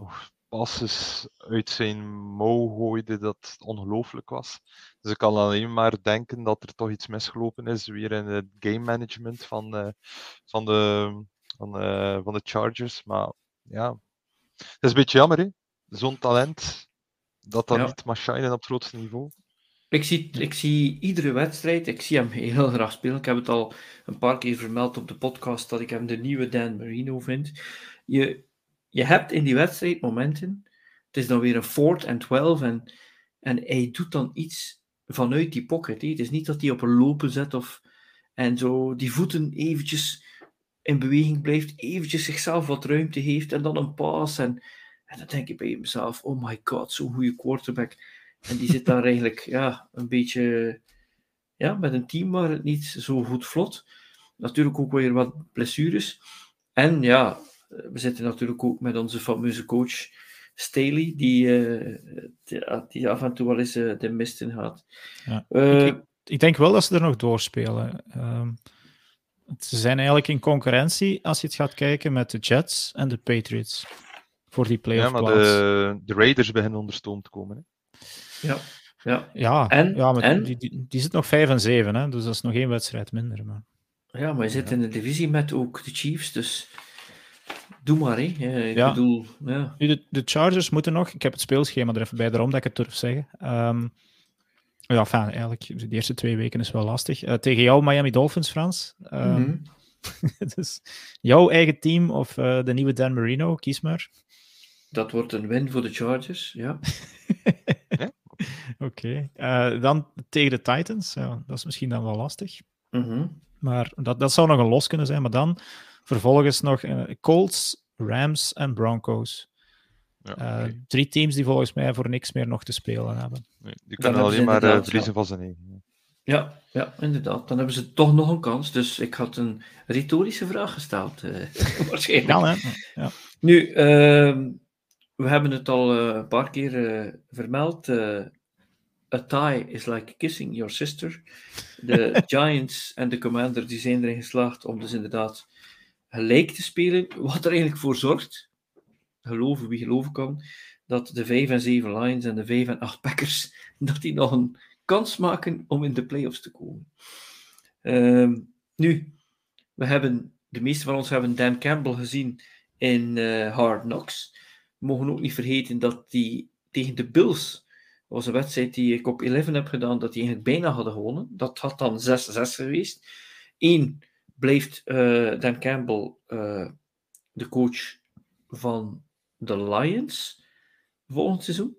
passes uit zijn mouw gooide, dat ongelooflijk was. Dus ik kan alleen maar denken dat er toch iets misgelopen is, weer in het game management van, uh, van, de, van, uh, van de Chargers. Maar ja, het is een beetje jammer, hè. Zo'n talent, dat dat ja. niet mag shinen op het grootste niveau. Ik zie, ik zie iedere wedstrijd, ik zie hem heel graag spelen. Ik heb het al een paar keer vermeld op de podcast, dat ik hem de nieuwe Dan Marino vind. Je, je hebt in die wedstrijd momenten, het is dan weer een fourth and twelve, en, en hij doet dan iets vanuit die pocket. He. Het is niet dat hij op een lopen zet, of, en zo die voeten eventjes in beweging blijft, eventjes zichzelf wat ruimte heeft, en dan een pass, en... En dan denk ik bij mezelf, oh my god, zo'n goede quarterback. En die zit daar eigenlijk ja, een beetje ja, met een team waar het niet zo goed vlot. Natuurlijk ook weer wat blessures. En ja, we zitten natuurlijk ook met onze fameuze coach Staley, die, uh, die, die af en toe wel eens uh, de mist in gaat. Ja. Uh, ik, ik, ik denk wel dat ze er nog doorspelen. Um, ze zijn eigenlijk in concurrentie, als je het gaat kijken, met de Jets en de Patriots. Voor die playoff Ja, maar plaats. de, de Raiders beginnen onder stoom te komen. Hè. Ja. Ja, ja, en, ja maar en? Die, die, die zit nog vijf en zeven, hè, dus dat is nog één wedstrijd minder. Maar... Ja, maar je zit ja. in de divisie met ook de Chiefs, dus doe maar, hè. Ik ja. bedoel, ja. De, de Chargers moeten nog, ik heb het speelschema er even bij, daarom dat ik het durf zeggen. Um, ja, enfin, eigenlijk, de eerste twee weken is wel lastig. Uh, tegen jou, Miami Dolphins, Frans. Um, mm-hmm. Dus jouw eigen team of uh, de nieuwe Dan Marino, kies maar. Dat wordt een win voor de Chargers, ja. Oké. Okay. Uh, dan tegen de Titans, ja, dat is misschien dan wel lastig. Mm-hmm. Maar dat, dat zou nog een los kunnen zijn. Maar dan vervolgens nog uh, Colts, Rams en Broncos. Ja, okay. uh, drie teams die volgens mij voor niks meer nog te spelen hebben. Nee, die kunnen alleen maar uh, verliezen ja. van zijn eigen. Ja, ja, inderdaad. Dan hebben ze toch nog een kans. Dus ik had een retorische vraag gesteld. Uh, waarschijnlijk. Ja, hè? Ja. Nu, uh, we hebben het al uh, een paar keer uh, vermeld. Uh, a tie is like kissing your sister. De Giants en de Commanders die zijn erin geslaagd om dus inderdaad gelijk te spelen. Wat er eigenlijk voor zorgt, geloven wie geloven kan, dat de vijf en zeven Lions en de vijf en acht Packers, dat die nog een kans maken om in de playoffs te komen. Um, nu, we hebben, de meeste van ons hebben Dan Campbell gezien in uh, Hard Knocks. We mogen ook niet vergeten dat die tegen de Bills, dat was een wedstrijd die ik op elf heb gedaan, dat die eigenlijk bijna hadden gewonnen. Dat had dan zes zes geweest. Eén blijft uh, Dan Campbell uh, de coach van de Lions volgend seizoen?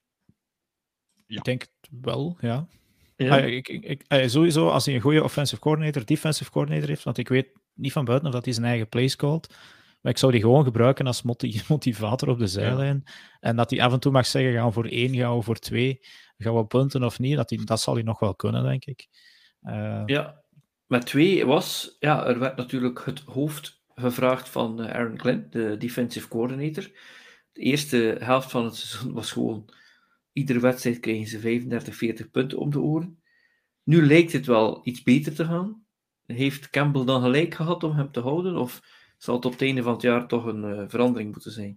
Ja. Ik denk het wel, ja. ja. Ah, ik, ik, ik, ah, sowieso, als hij een goede offensive coordinator, defensive coordinator heeft, want ik weet niet van buiten of dat hij zijn eigen plays called, maar ik zou die gewoon gebruiken als motivator op de zijlijn. Ja. En dat hij af en toe mag zeggen, gaan we voor één, gaan we voor twee, gaan we punten of niet, dat, hij, dat zal hij nog wel kunnen, denk ik. Uh, ja, met twee was, ja, er werd natuurlijk het hoofd gevraagd van Aaron Glenn, de defensive coordinator. De eerste helft van het seizoen was gewoon, iedere wedstrijd kregen ze vijfendertig, veertig punten om de oren. Nu lijkt het wel iets beter te gaan. Heeft Campbell dan gelijk gehad om hem te houden, of zal het op het einde van het jaar toch een uh, verandering moeten zijn?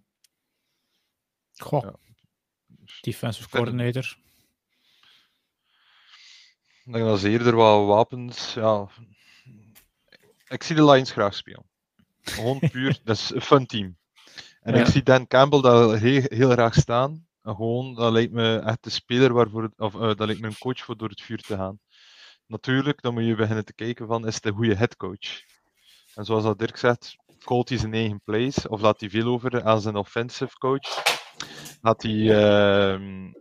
Goh, ja. Defensive coordinator. Ik denk dat ze eerder wat wapens, ja... Ik zie de Lions graag spelen. Gewoon puur, dat is een fun team. En ja. ik zie Dan Campbell daar heel, heel graag staan. En gewoon, dat lijkt me echt de speler waarvoor, het, of uh, dat lijkt me een coach voor door het vuur te gaan. Natuurlijk, dan moet je beginnen te kijken van, is het een goede headcoach? En zoals dat Dirk zegt, callt hij zijn eigen plays, of laat hij veel over aan zijn offensive coach? Laat hij, uh,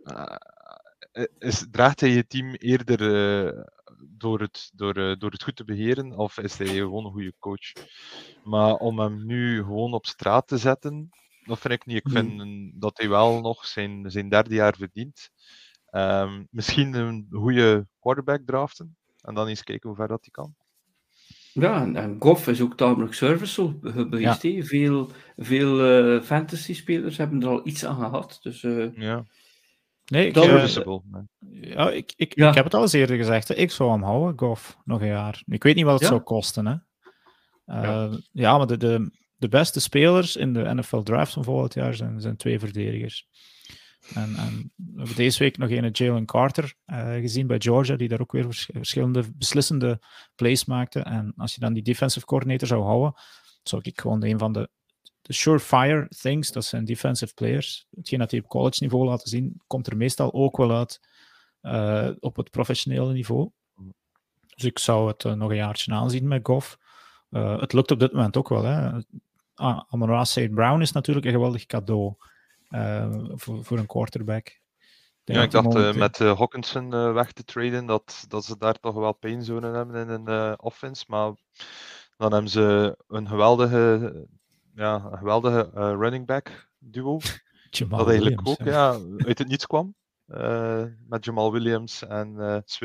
uh, is, draagt hij je team eerder uh, door, het, door, uh, door het goed te beheren, of is hij gewoon een goede coach? Maar om hem nu gewoon op straat te zetten, dat vind ik niet. Ik vind mm. dat hij wel nog zijn, zijn derde jaar verdient. Um, misschien een goede quarterback draften, en dan eens kijken hoe ver dat hij kan. Ja, en, en Goff is ook tamelijk serviceable geweest. Ja. Veel, veel uh, fantasy-spelers hebben er al iets aan gehad. Dus, uh, ja. Nee, ik, serviceable. Uh, ja, ik, ik, ja. ik heb het al eens eerder gezegd. Hè. Ik zou hem houden, Goff, nog een jaar. Ik weet niet wat het ja. zou kosten. Hè. Uh, ja. ja, maar de, de, de beste spelers in de N F L draft van volgend jaar zijn, zijn twee verdedigers. En, en we hebben deze week nog een Jalen Carter uh, gezien bij Georgia, die daar ook weer vers- verschillende beslissende plays maakte. En als je dan die defensive coordinator zou houden, zou ik gewoon een van de, de surefire things, dat zijn defensive players. Hetgeen dat die op college niveau laten zien, komt er meestal ook wel uit uh, op het professionele niveau. Dus ik zou het uh, nog een jaartje aanzien met Goff. Uh, het lukt op dit moment ook wel. Hè. Ah, Amon-Ra Saint Brown is natuurlijk een geweldig cadeau. Uh, voor, voor een quarterback. Ik ja, ik dacht moment, uh, met uh, Hawkinson uh, weg te traden, dat, dat ze daar toch wel pijnzonen hebben in een uh, offense, maar dan hebben ze een geweldige, ja, een geweldige uh, running back duo, Jamal dat eigenlijk Williams, ook ja. Ja, uit het niets kwam, uh, met Jamal Williams en uh, Swift.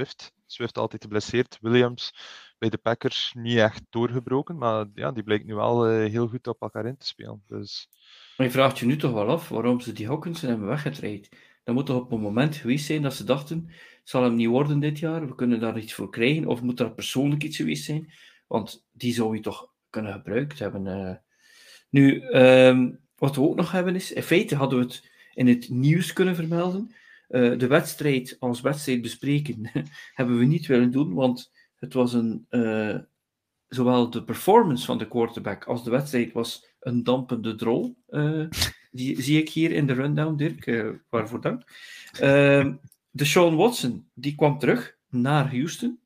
Swift altijd geblesseerd. Williams bij de Packers niet echt doorgebroken, maar ja, die blijkt nu wel uh, heel goed op elkaar in te spelen. Dus... Maar je vraagt je nu toch wel af waarom ze die Hawkinson hebben weggetraind. Dat moet toch op een moment geweest zijn dat ze dachten, zal hem niet worden dit jaar, we kunnen daar iets voor krijgen, of moet daar persoonlijk iets geweest zijn? Want die zou je toch kunnen gebruikt hebben. Uh. Nu, um, wat we ook nog hebben is, in feite hadden we het in het nieuws kunnen vermelden. Uh, de wedstrijd als wedstrijd bespreken hebben we niet willen doen, want het was een... Uh, zowel de performance van de quarterback als de wedstrijd was een dampende drol. Uh, die zie ik hier in de rundown, Dirk. Uh, waarvoor dank. Uh, de Sean Watson, die kwam terug naar Houston.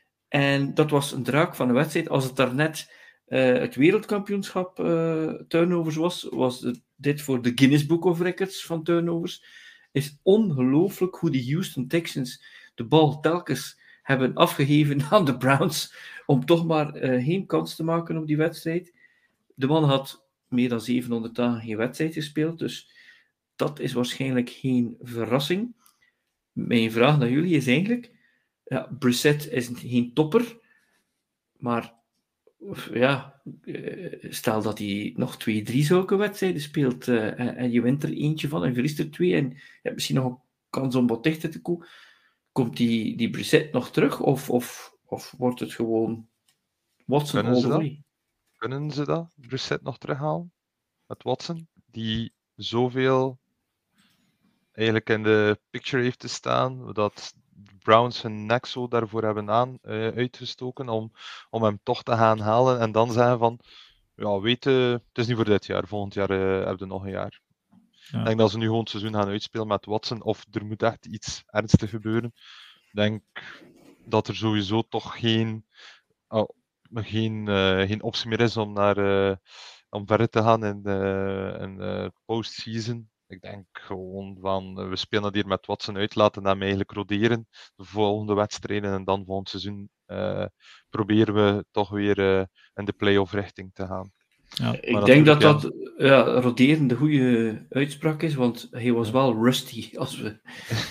En dat was een draak van de wedstrijd. Als het daarnet uh, het wereldkampioenschap uh, turnovers was, was het, dit voor de Guinness Book of Records van turnovers. Is ongelooflijk hoe de Houston Texans de bal telkens hebben afgegeven aan de Browns om toch maar uh, geen kans te maken op die wedstrijd. De man had meer dan zevenhonderd dagen geen wedstrijd gespeeld, dus dat is waarschijnlijk geen verrassing. Mijn vraag naar jullie is eigenlijk, ja, Brissett is geen topper, maar ja, stel dat hij nog twee, drie zulke wedstrijden speelt uh, en, en je wint er eentje van en verliest er twee en je hebt misschien nog een kans om wat dichter te komen. Komt die, die Brissett nog terug of, of, of wordt het gewoon Watson all the way? Kunnen ze dat, Brissett, nog terughalen? Met Watson, die zoveel eigenlijk in de picture heeft te staan, dat Browns hun nek zo daarvoor hebben aan, uh, uitgestoken om, om hem toch te gaan halen en dan zeggen van, ja, weet je, het is niet voor dit jaar, volgend jaar uh, hebben we nog een jaar. Ja. Ik denk dat ze nu gewoon het seizoen gaan uitspelen met Watson, of er moet echt iets ernstigs gebeuren. Ik denk dat er sowieso toch geen, oh, geen, uh, geen optie meer is om, naar, uh, om verder te gaan in de, in de postseason. Ik denk gewoon van, we spelen dat hier met Watson uit, laten hem eigenlijk roderen de volgende wedstrijden en dan volgend seizoen uh, proberen we toch weer uh, in de play-off richting te gaan. Ja, ik denk dat ja, dat ja, roderen de goede uitspraak is, want hij was wel rusty, als we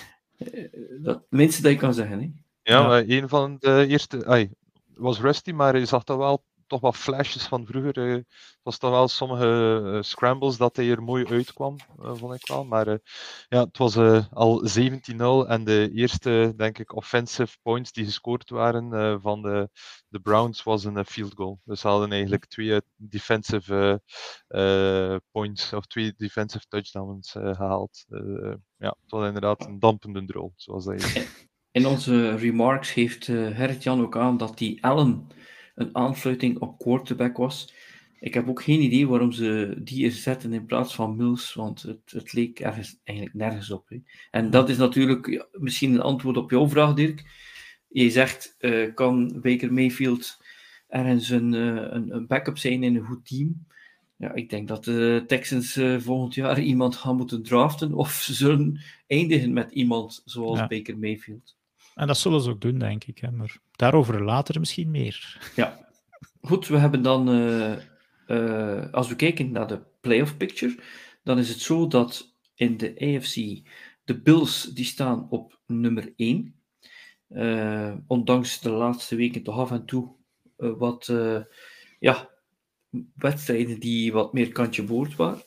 dat minste dat je kan zeggen. Hè? Ja, ja. Een van de eerste, ay, was rusty, maar je zag toch wel toch wat flashes van vroeger. Het was toch wel sommige uh, scrambles dat hij er mooi uitkwam, uh, vond ik wel. Maar uh, ja, het was uh, al zeventien nul en de eerste, denk ik, offensive points die gescoord waren uh, van de, de Browns was een uh, field goal. Dus ze hadden eigenlijk twee uh, defensive uh, uh, points, of twee defensive touchdowns uh, gehaald. Uh, ja, het was inderdaad een dampende drol, zoals dat je... In onze remarks geeft uh, Gerrit-Jan ook aan dat die Allen een aanfluiting op quarterback was. Ik heb ook geen idee waarom ze die er zetten in plaats van Mills, want het, het leek ergens, eigenlijk nergens op. Hè. En dat is natuurlijk ja, misschien een antwoord op jouw vraag, Dirk. Je zegt, uh, kan Baker Mayfield ergens een, uh, een, een backup zijn in een goed team? Ja, ik denk dat de Texans uh, volgend jaar iemand gaan moeten draften, of ze zullen eindigen met iemand zoals ja. Baker Mayfield. En dat zullen ze ook doen, denk ik. Hè? Maar daarover later misschien meer. Ja. Goed, we hebben dan... Uh, uh, als we kijken naar de playoff picture, dan is het zo dat in de A F C de Bills, die staan op nummer één. Uh, ondanks de laatste weken toch af en toe uh, wat... Uh, ja, wedstrijden die wat meer kantje boord waren.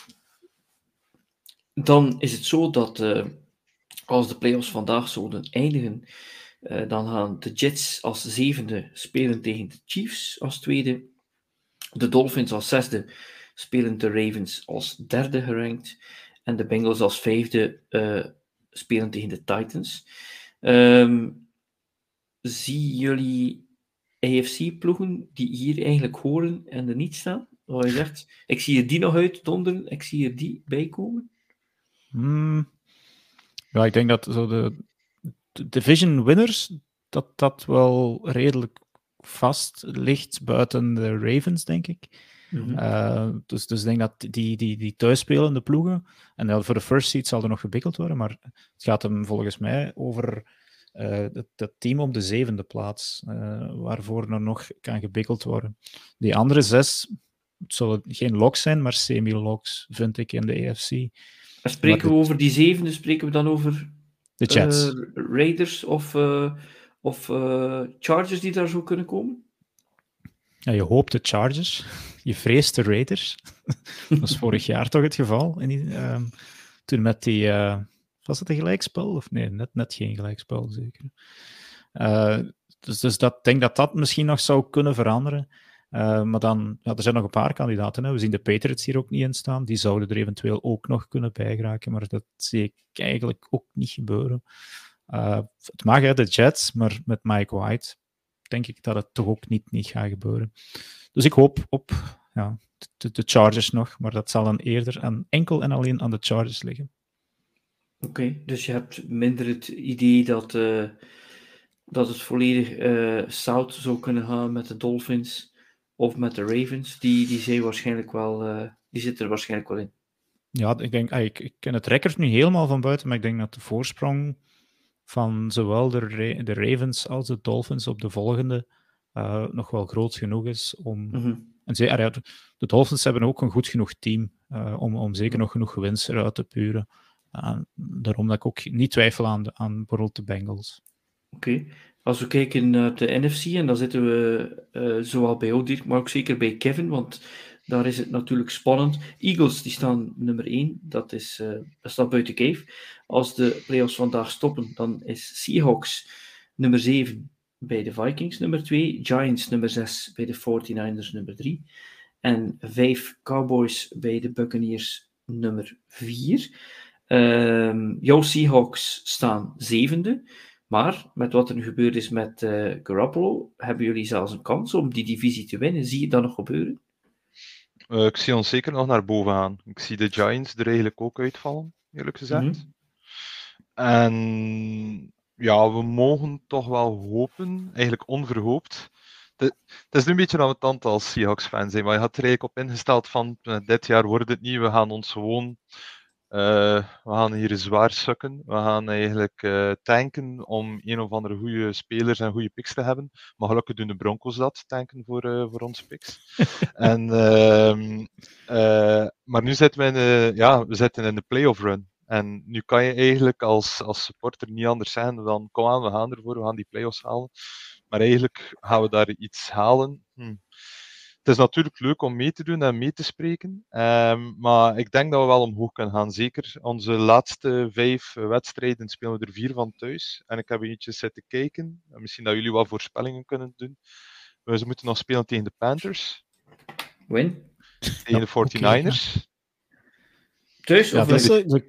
Dan is het zo dat... Uh, als de playoffs vandaag zouden eindigen, uh, dan gaan de Jets als zevende spelen tegen de Chiefs als tweede. De Dolphins als zesde spelen de Ravens als derde gerankt. En de Bengals als vijfde uh, spelen tegen de Titans. Um, zie jullie A F C-ploegen die hier eigenlijk horen en er niet staan? Waar je zegt, ik zie er die nog uit donderen, ik zie er die bij komen? Hmm. Ja, ik denk dat zo de, de division winners, dat dat wel redelijk vast ligt buiten de Ravens, denk ik. Mm-hmm. Uh, dus, dus ik denk dat die, die, die thuisspelende ploegen, en ja, voor de first seed zal er nog gebikkeld worden, maar het gaat hem volgens mij over uh, dat, dat team op de zevende plaats, uh, waarvoor er nog kan gebikkeld worden. Die andere zes, het zullen geen locks zijn, maar semi-locks, vind ik, in de A F C. En spreken we over die zevende, spreken we dan over de Jets. Uh, Raiders of, uh, of uh, Chargers die daar zo kunnen komen? Ja, je hoopt de Chargers, je vreest de Raiders. Dat was vorig jaar toch het geval. In die, um, toen met die... Uh, was het een gelijkspel? Of nee, net, net geen gelijkspel, zeker. Uh, dus dus dat, ik denk dat dat misschien nog zou kunnen veranderen. Uh, maar dan, ja, er zijn nog een paar kandidaten. Hè. We zien de Patriots hier ook niet in staan. Die zouden er eventueel ook nog kunnen bijgeraken. Maar dat zie ik eigenlijk ook niet gebeuren. Uh, het mag, hè, de Jets, maar met Mike White denk ik dat het toch ook niet, niet gaat gebeuren. Dus ik hoop op ja, de, de Chargers nog, maar dat zal dan eerder aan, enkel en alleen aan de Chargers liggen. Oké, okay, dus je hebt minder het idee dat, uh, dat het volledig uh, zout zou kunnen gaan met de Dolphins of met de Ravens. Die, die, zijn waarschijnlijk wel, uh, die zitten er waarschijnlijk wel in. Ja, ik denk, ik, ik ken het record niet helemaal van buiten, maar ik denk dat de voorsprong van zowel de, Ra- de Ravens als de Dolphins op de volgende uh, nog wel groot genoeg is om... Mm-hmm. En ze, ja, de Dolphins hebben ook een goed genoeg team uh, om, om zeker nog genoeg winst eruit te puren. Uh, daarom dat ik ook niet twijfel aan, de, aan bijvoorbeeld de Bengals. Oké. Okay. Als we kijken naar de N F C, en dan zitten we uh, zowel bij jou, Dirk, maar ook zeker bij Kevin, want daar is het natuurlijk spannend. Eagles, die staan nummer één, dat, is, uh, dat staat buiten kijf. Als de playoffs vandaag stoppen, dan is Seahawks nummer zeven bij de Vikings nummer twee, Giants nummer zes bij de forty-niners nummer drie, en vijf Cowboys bij de Buccaneers nummer vier. Uh, jouw Seahawks staan zevende. Maar met wat er nu gebeurd is met uh, Garoppolo, hebben jullie zelfs een kans om die divisie te winnen. Zie je dat nog gebeuren? Uh, ik zie ons zeker nog naar boven gaan. Ik zie de Giants er eigenlijk ook uitvallen, eerlijk gezegd. Mm-hmm. En ja, we mogen toch wel hopen, eigenlijk onverhoopt. Het is nu een beetje aan het tand als Seahawks-fan zijn, maar je had er eigenlijk op ingesteld van uh, dit jaar wordt het niet, we gaan ons gewoon... Uh, we gaan hier zwaar sukken. We gaan eigenlijk uh, tanken om een of andere goede spelers en goede picks te hebben. Maar gelukkig doen de Broncos dat, tanken voor, uh, voor onze picks. en, uh, uh, maar nu zitten we in de, ja, we zitten in de playoff run. En nu kan je eigenlijk als, als supporter niet anders zeggen dan kom aan, we gaan ervoor, we gaan die playoffs halen. Maar eigenlijk gaan we daar iets halen. Hm. Het is natuurlijk leuk om mee te doen en mee te spreken, um, maar ik denk dat we wel omhoog kunnen gaan. Zeker onze laatste vijf wedstrijden spelen we er vier van thuis. En ik heb eentje zitten kijken. Misschien dat jullie wat voorspellingen kunnen doen. We moeten nog spelen tegen de Panthers. Win. Tegen de forty-niners. Okay, ja. Thuis ja, of dat is, de...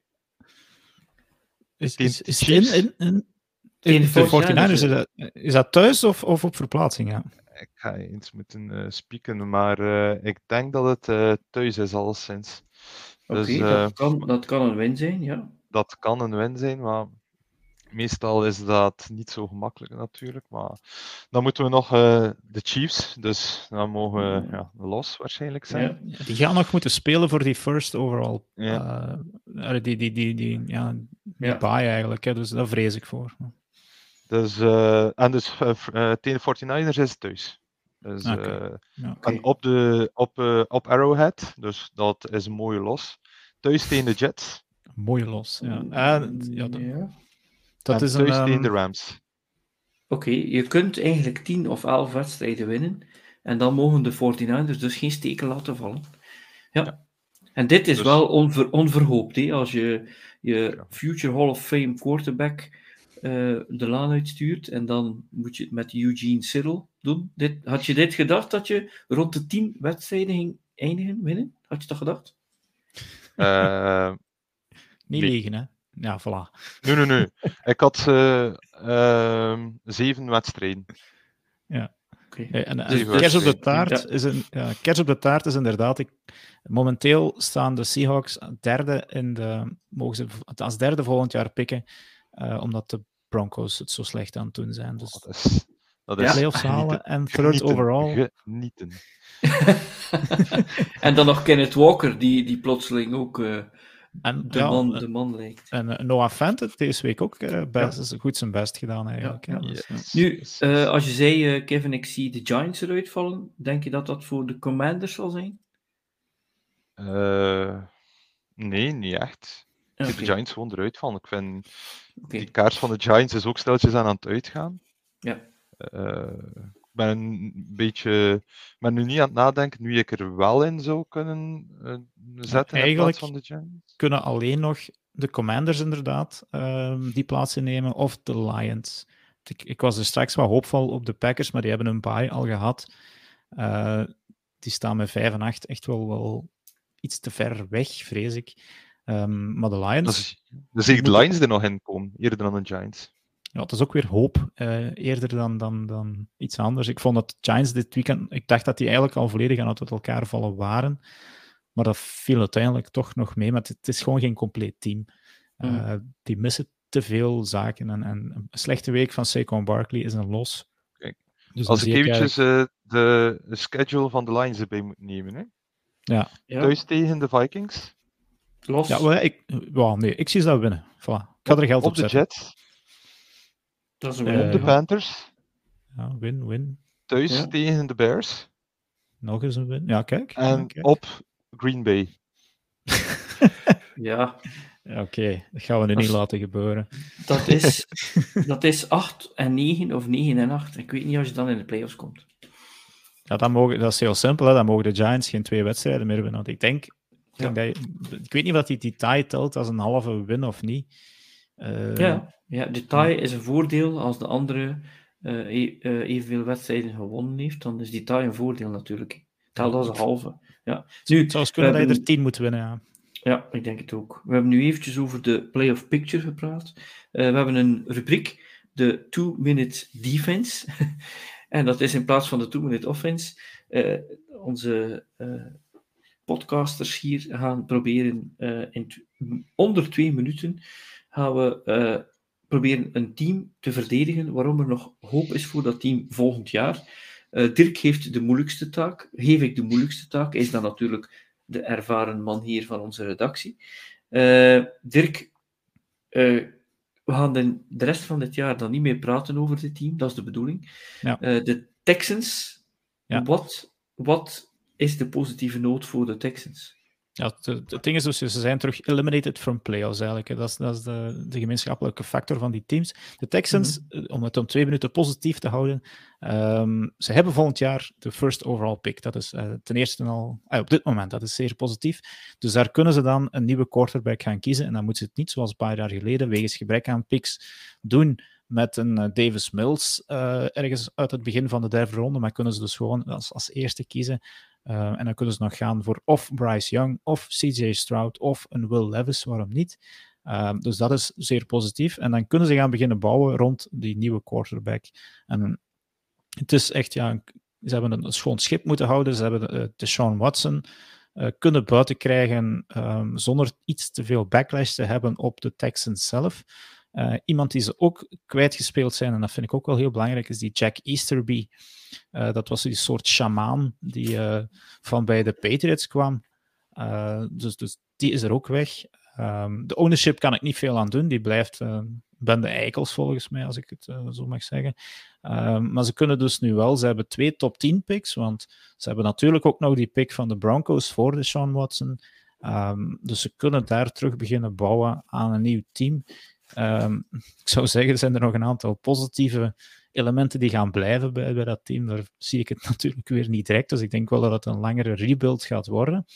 is, is, is het in, in, in, in de, de forty-niners? Is dat, is dat thuis of, of op verplaatsing? Ja. Ik ga eens moeten uh, spieken, maar uh, ik denk dat het uh, thuis is, alleszins. Oké, okay, dus, uh, dat, kan, dat kan een win zijn, ja. Dat kan een win zijn, maar meestal is dat niet zo gemakkelijk natuurlijk. Maar dan moeten we nog uh, de Chiefs, dus dan mogen we ja, los waarschijnlijk zijn. Ja, die gaan nog moeten spelen voor die first overall. Ja. Uh, die die, die, die, ja, die ja. bye eigenlijk, hè, dus daar vrees ik voor. Dus, uh, en dus uh, uh, tegen de forty-niners is het thuis. Dus, okay. uh, ja, okay. En op, de, op, uh, op Arrowhead, dus dat is een mooie los. Thuis tegen de Jets. Mooie los, ja. En, ja, de, ja. Dat en is thuis een, tegen um... de Rams. Oké, okay, je kunt eigenlijk tien of elf wedstrijden winnen. En dan mogen de forty-niners dus geen steken laten vallen. Ja. ja. En dit is dus... wel onver, onverhoopt, hè? Als je je future Hall of Fame quarterback... Uh, de laan uitstuurt en dan moet je het met Eugene Cyril doen. Dit, had je dit gedacht, dat je rond de tien wedstrijden ging eindigen, winnen? Had je dat gedacht? Uh, Niet nee. liegen, hè? Ja, voilà. Nee, nee, nee. Ik had uh, uh, zeven wedstrijden. Ja. Okay. Nee, en, en kers op de taart ja. is een, ja, kers op de taart is inderdaad... Ik, momenteel staan de Seahawks derde in de... Mogen ze als derde volgend jaar pikken, uh, omdat de Broncos het zo slecht aan het doen zijn. Dus oh, dat is, dat is playoffs halen en third overall. Genieten. En dan nog Kenneth Walker, die, die plotseling ook uh, en, de, ja, man, de man lijkt. En uh, Noah Fant heeft deze week ook uh, best, ja. goed zijn best gedaan eigenlijk. Ja, ja. Dus, yes. ja. Nu, uh, als je zei, uh, Kevin, ik zie de Giants eruit vallen, denk je dat dat voor de Commanders zal zijn? Uh, nee, niet echt. Ik okay. zie de Giants gewoon eruit vallen. Ik vind... Okay. Die kaart van de Giants is ook steltjes aan aan het uitgaan. Ja. Uh, ik ben een beetje, ik ben nu niet aan het nadenken wie ik er wel in zou kunnen uh, zetten ja, in plaats van de Giants. Kunnen alleen nog de Commanders inderdaad um, die plaats innemen of de Lions. Ik, ik was er straks wat hoopvol op de Packers, maar die hebben een bye al gehad. Uh, die staan met vijf en acht echt wel, wel iets te ver weg, vrees ik. Um, maar de Lions... Dus, dus zie ik de moeten... Lions er nog in komen, eerder dan de Giants. Ja, het is ook weer hoop, uh, eerder dan, dan, dan iets anders. Ik vond dat de Giants dit weekend... Ik dacht dat die eigenlijk al volledig aan het uit elkaar vallen waren. Maar dat viel uiteindelijk toch nog mee. Maar het, het is gewoon geen compleet team. Uh, mm. Die missen te veel zaken. En, en een slechte week van Saquon Barkley is een los. Kijk, dus als ik eventjes eigenlijk... uh, de, de schedule van de Lions erbij moet nemen. Hè? Ja. Thuis tegen de Vikings. Los. Ja, well, ik, well, nee, ik zie ze dat winnen. Voilà. Ik ga op, er geld op, op de zetten. Jets. Dat is een win. Op de Panthers. Ja, win, win. Thuis ja. tegen de Bears. Nog eens een win. Ja, kijk. En ja, kijk. op Green Bay. ja. Oké, okay. Dat gaan we nu dat niet is, laten gebeuren. Dat is, dat is acht en negen of negen en acht. Ik weet niet als je dan in de playoffs komt. Ja, dan mogen, dat is heel simpel. Hè. Dan mogen de Giants geen twee wedstrijden meer winnen. Want ik denk, ik, denk ja. dat je, ik weet niet wat die, die tie telt als een halve win of niet. Uh, ja, ja, de tie ja. is een voordeel als de andere uh, e- uh, evenveel wedstrijden gewonnen heeft. Dan is die tie een voordeel natuurlijk. Telt als een halve. Ja. Nu, het zou kunnen dat je hebben... er tien moet winnen, ja. Ja, ik denk het ook. We hebben nu eventjes over de playoff picture gepraat. Uh, we hebben een rubriek, de two-minute defense. En dat is in plaats van de two-minute offense. Uh, onze uh, podcasters hier gaan proberen uh, in t- onder twee minuten gaan we uh, proberen een team te verdedigen waarom er nog hoop is voor dat team volgend jaar. Uh, Dirk heeft de moeilijkste taak. Geef ik de moeilijkste taak? Hij is dan natuurlijk de ervaren man hier van onze redactie. Uh, Dirk, uh, we gaan de, de rest van dit jaar dan niet meer praten over dit team, dat is de bedoeling. Ja. Uh, de Texans, ja. wat, wat is de positieve noot voor de Texans? Ja, het, het ding is dus, ze zijn terug eliminated from playoffs eigenlijk. Hè. Dat is, dat is de, de gemeenschappelijke factor van die teams. De Texans, mm-hmm. om het om twee minuten positief te houden, um, ze hebben volgend jaar de first overall pick. Dat is uh, ten eerste al, uh, op dit moment, dat is zeer positief. Dus daar kunnen ze dan een nieuwe quarterback gaan kiezen en dan moeten ze het niet zoals een paar jaar geleden, wegens gebrek aan picks, doen met een uh, Davis Mills uh, ergens uit het begin van de derde ronde, maar kunnen ze dus gewoon als, als eerste kiezen. Uh, en dan kunnen ze nog gaan voor of Bryce Young, of C J Stroud, of een Will Levis, waarom niet? Uh, dus dat is zeer positief. En dan kunnen ze gaan beginnen bouwen rond die nieuwe quarterback. En het is echt, ja, ze hebben een schoon schip moeten houden. Ze hebben uh, Deshaun Watson uh, kunnen buiten krijgen um, zonder iets te veel backlash te hebben op de Texans zelf. Uh, iemand die ze ook kwijtgespeeld zijn, en dat vind ik ook wel heel belangrijk, is die Jack Easterby. Uh, dat was die soort shamaan die uh, van bij de Patriots kwam. Uh, dus, dus die is er ook weg. Um, de ownership kan ik niet veel aan doen. Die blijft uh, bende eikels volgens mij, als ik het uh, zo mag zeggen. Um, maar ze kunnen dus nu wel, ze hebben twee top tien picks, want ze hebben natuurlijk ook nog die pick van de Broncos voor de Deshaun Watson. Um, dus ze kunnen daar terug beginnen bouwen aan een nieuw team. Um, ik zou zeggen, zijn er nog een aantal positieve elementen die gaan blijven bij, bij dat team. Daar zie ik het natuurlijk weer niet direct, dus ik denk wel dat het een langere rebuild gaat worden.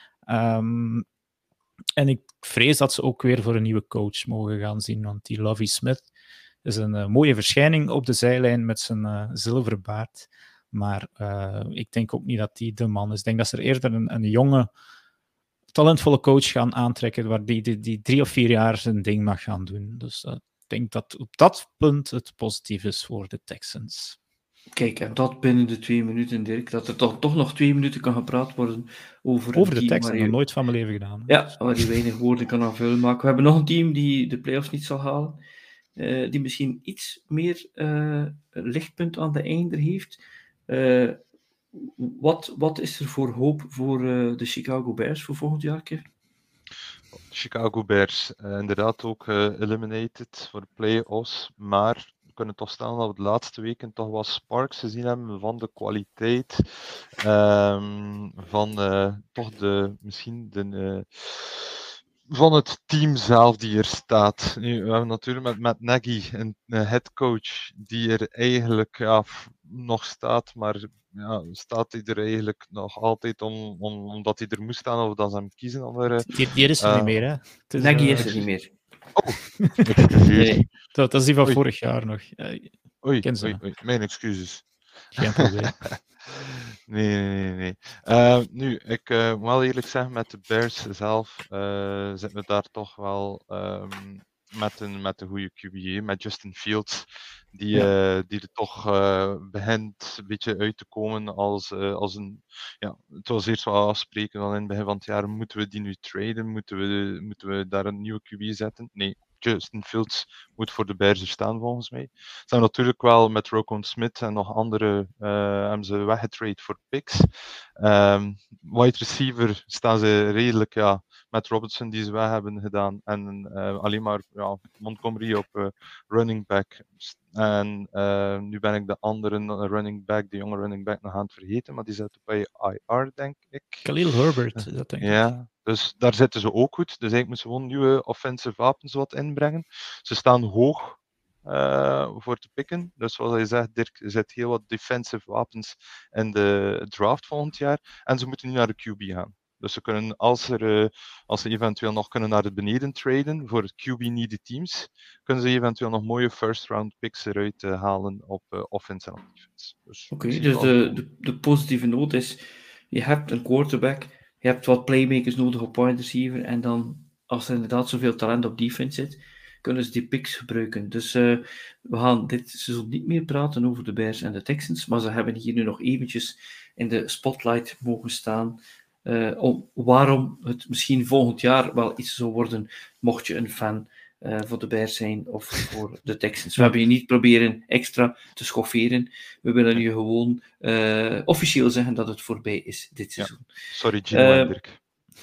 Um, en ik vrees dat ze ook weer voor een nieuwe coach mogen gaan zien, want die Lovie Smith is een uh, mooie verschijning op de zijlijn met zijn uh, zilveren baard, maar uh, ik denk ook niet dat die de man is. Ik denk dat ze er eerder een, een jonge, talentvolle coach gaan aantrekken, waar die, die, die drie of vier jaar zijn ding mag gaan doen. Dus uh, ik denk dat op dat punt het positief is voor de Texans. Kijk, en dat binnen de twee minuten, Dirk, dat er toch, toch nog twee minuten kan gepraat worden over, over de team Texans, je... nog nooit van mijn leven gedaan. Hè? Ja, waar je weinig woorden kan aanvullen. Maar we hebben nog een team die de playoffs niet zal halen, uh, die misschien iets meer uh, lichtpunt aan de einde heeft. Uh, wat, wat is er voor hoop voor uh, de Chicago Bears voor volgend jaar, Kevin? Chicago Bears, uh, inderdaad ook uh, eliminated voor de play-offs, maar we kunnen toch stellen dat we de laatste weken toch wel sparks gezien hebben van de kwaliteit, um, van uh, toch de, misschien de, uh, van het team zelf die er staat. Nu, we hebben natuurlijk met, met Nagy een, een headcoach die er eigenlijk ja, nog staat, maar ja, staat hij er eigenlijk nog altijd om, om, omdat hij er moest staan of dat ze hem kiezen? Of er, Die, die is er uh, niet meer, hè? Het is, Nagy uh, is er niet meer. Oh, excuseer. Nee. Dat, dat is die van Oei. vorig jaar nog. Uh, Oei, ken ze. oei, oei, mijn excuses. Geen probleem. nee, nee, nee. nee. Uh, nu, ik uh, moet wel eerlijk zeggen, met de Bears zelf uh, zitten we daar toch wel um, met, een, met een goede Q B A, met Justin Fields, die, ja. uh, die er toch uh, begint een beetje uit te komen als, uh, als een... Ja, het was eerst wel afspreken, dan in het begin van het jaar, moeten we die nu traden? Moeten we, moeten we daar een nieuwe Q B zetten? Nee. Justin Fields moet voor de Bears er staan, volgens mij. Ze zijn natuurlijk wel met Roquan Smith en nog andere uh, hebben ze weggetrade voor picks. Um, wide receiver staan ze redelijk, ja, met Robertson die ze weg hebben gedaan. En uh, alleen maar ja, Montgomery op uh, running back. En uh, nu ben ik de andere running back, de jonge running back, nog aan het vergeten, maar die zit bij I R, denk ik. Khalil Herbert, dat denk ik. Ja, dus daar zitten ze ook goed. Dus eigenlijk moeten ze gewoon nieuwe offensive wapens wat inbrengen. Ze staan hoog uh, voor te pikken. Dus zoals je zegt, Dirk, er zit heel wat defensive wapens in de draft volgend jaar. En ze moeten nu naar de Q B gaan. Dus ze kunnen, als, er, uh, als ze eventueel nog kunnen naar het beneden traden voor het Q B-needy teams, kunnen ze eventueel nog mooie first-round picks eruit uh, halen op uh, offense en defense. Dus, Oké, okay, dus de, de, de positieve noot is, je hebt een quarterback, je hebt wat playmakers nodig op wide receiver, en dan, als er inderdaad zoveel talent op defense zit, kunnen ze die picks gebruiken. Dus uh, we gaan dit seizoen niet meer praten over de Bears en de Texans, maar ze hebben hier nu nog eventjes in de spotlight mogen staan, uh, om waarom het misschien volgend jaar wel iets zou worden, mocht je een fan Uh, voor de Bears zijn of voor de Texans. We hebben je niet proberen extra te schofferen. We willen je gewoon uh, officieel zeggen dat het voorbij is dit seizoen. Ja. Sorry, Gino uh, en Dirk.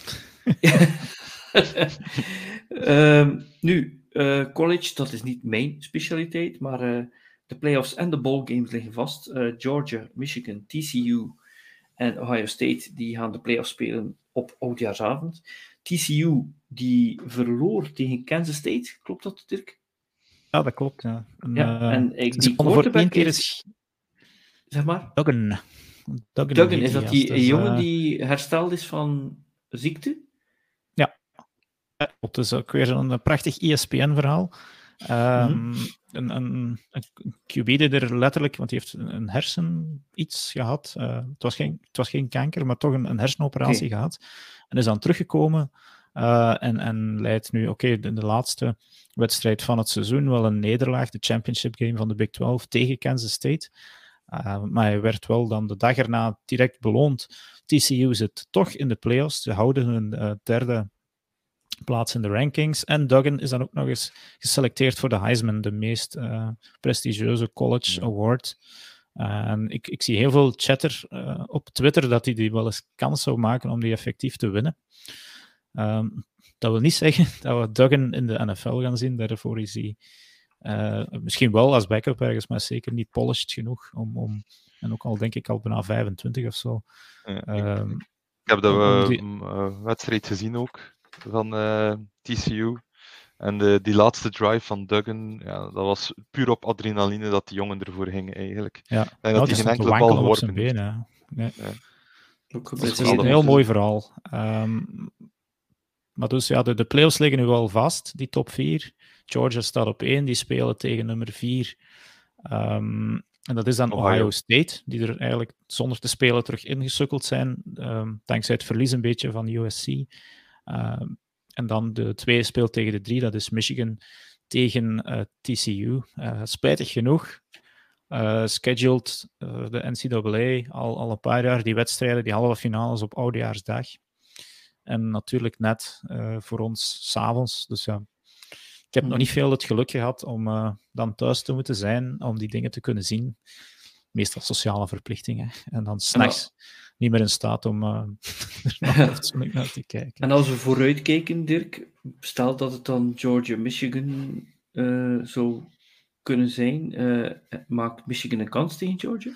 uh, nu, uh, college, dat is niet mijn specialiteit, maar uh, de playoffs en de bowlgames liggen vast. Uh, Georgia, Michigan, T C U en Ohio State, die gaan de playoffs spelen op oudjaarsavond. T C U, die verloor tegen Kansas State. Klopt dat, Dirk? Ja, dat klopt, ja. En, ja, uh, en ik, die quarterback is... is... Zeg maar? Duggan. Duggan, Duggan is dat die dus, jongen uh... die hersteld is van ziekte? Ja. Het is ook weer een prachtig E S P N-verhaal. Um, mm-hmm. een, een, een Q B die er letterlijk, want die heeft een hersen iets gehad. Uh, het, was geen, het was geen kanker, maar toch een, een hersenoperatie okay. gehad. En is dan teruggekomen uh, en, en leidt nu, oké, okay, de, de laatste wedstrijd van het seizoen, wel een nederlaag, de championship game van de Big twaalf tegen Kansas State. Uh, maar hij werd wel dan de dag erna direct beloond. T C U zit toch in de playoffs. Ze houden hun uh, derde plaats in de rankings. En Duggan is dan ook nog eens geselecteerd voor de Heisman, de meest uh, prestigieuze college ja. award. Uh, en ik, ik zie heel veel chatter uh, op Twitter dat hij die wel eens kans zou maken om die effectief te winnen. Um, dat wil niet zeggen dat we Duggan in de N F L gaan zien. Daarvoor is hij uh, misschien wel als backup ergens, maar zeker niet polished genoeg. Om, om, en ook al denk ik al bijna vijfentwintig of zo. Ja, um, ik, ik heb de die... uh, wedstrijd gezien ook van uh, T C U. En de, die laatste drive van Duggan, ja, dat was puur op adrenaline dat die jongen ervoor ging eigenlijk. Ja, en dat hij geen enkele bal geworpen heeft. Nee. Ja. Het is een heel mooi verhaal. Um, maar dus ja, de, de playoffs liggen nu wel vast, die top vier. Georgia staat op één, die spelen tegen nummer vier. Um, en dat is dan Ohio. Ohio State, die er eigenlijk zonder te spelen terug ingesukkeld zijn, um, dankzij het verlies een beetje van U S C. Um, en dan de twee speelt tegen de drie, dat is Michigan tegen uh, T C U. Uh, spijtig genoeg, uh, scheduled uh, de N C A A al, al een paar jaar die wedstrijden, die halve finales op Oudejaarsdag. En natuurlijk net uh, voor ons 's avonds. Dus ja, ik heb mm. nog niet veel het geluk gehad om uh, dan thuis te moeten zijn, om die dingen te kunnen zien. Meestal sociale verplichtingen. En dan s'nachts ja. niet meer in staat om uh, er nog fatsoenlijk naar te kijken. En als we vooruitkijken, Dirk, stel dat het dan Georgia-Michigan uh, zou kunnen zijn, uh, maakt Michigan een kans tegen Georgia?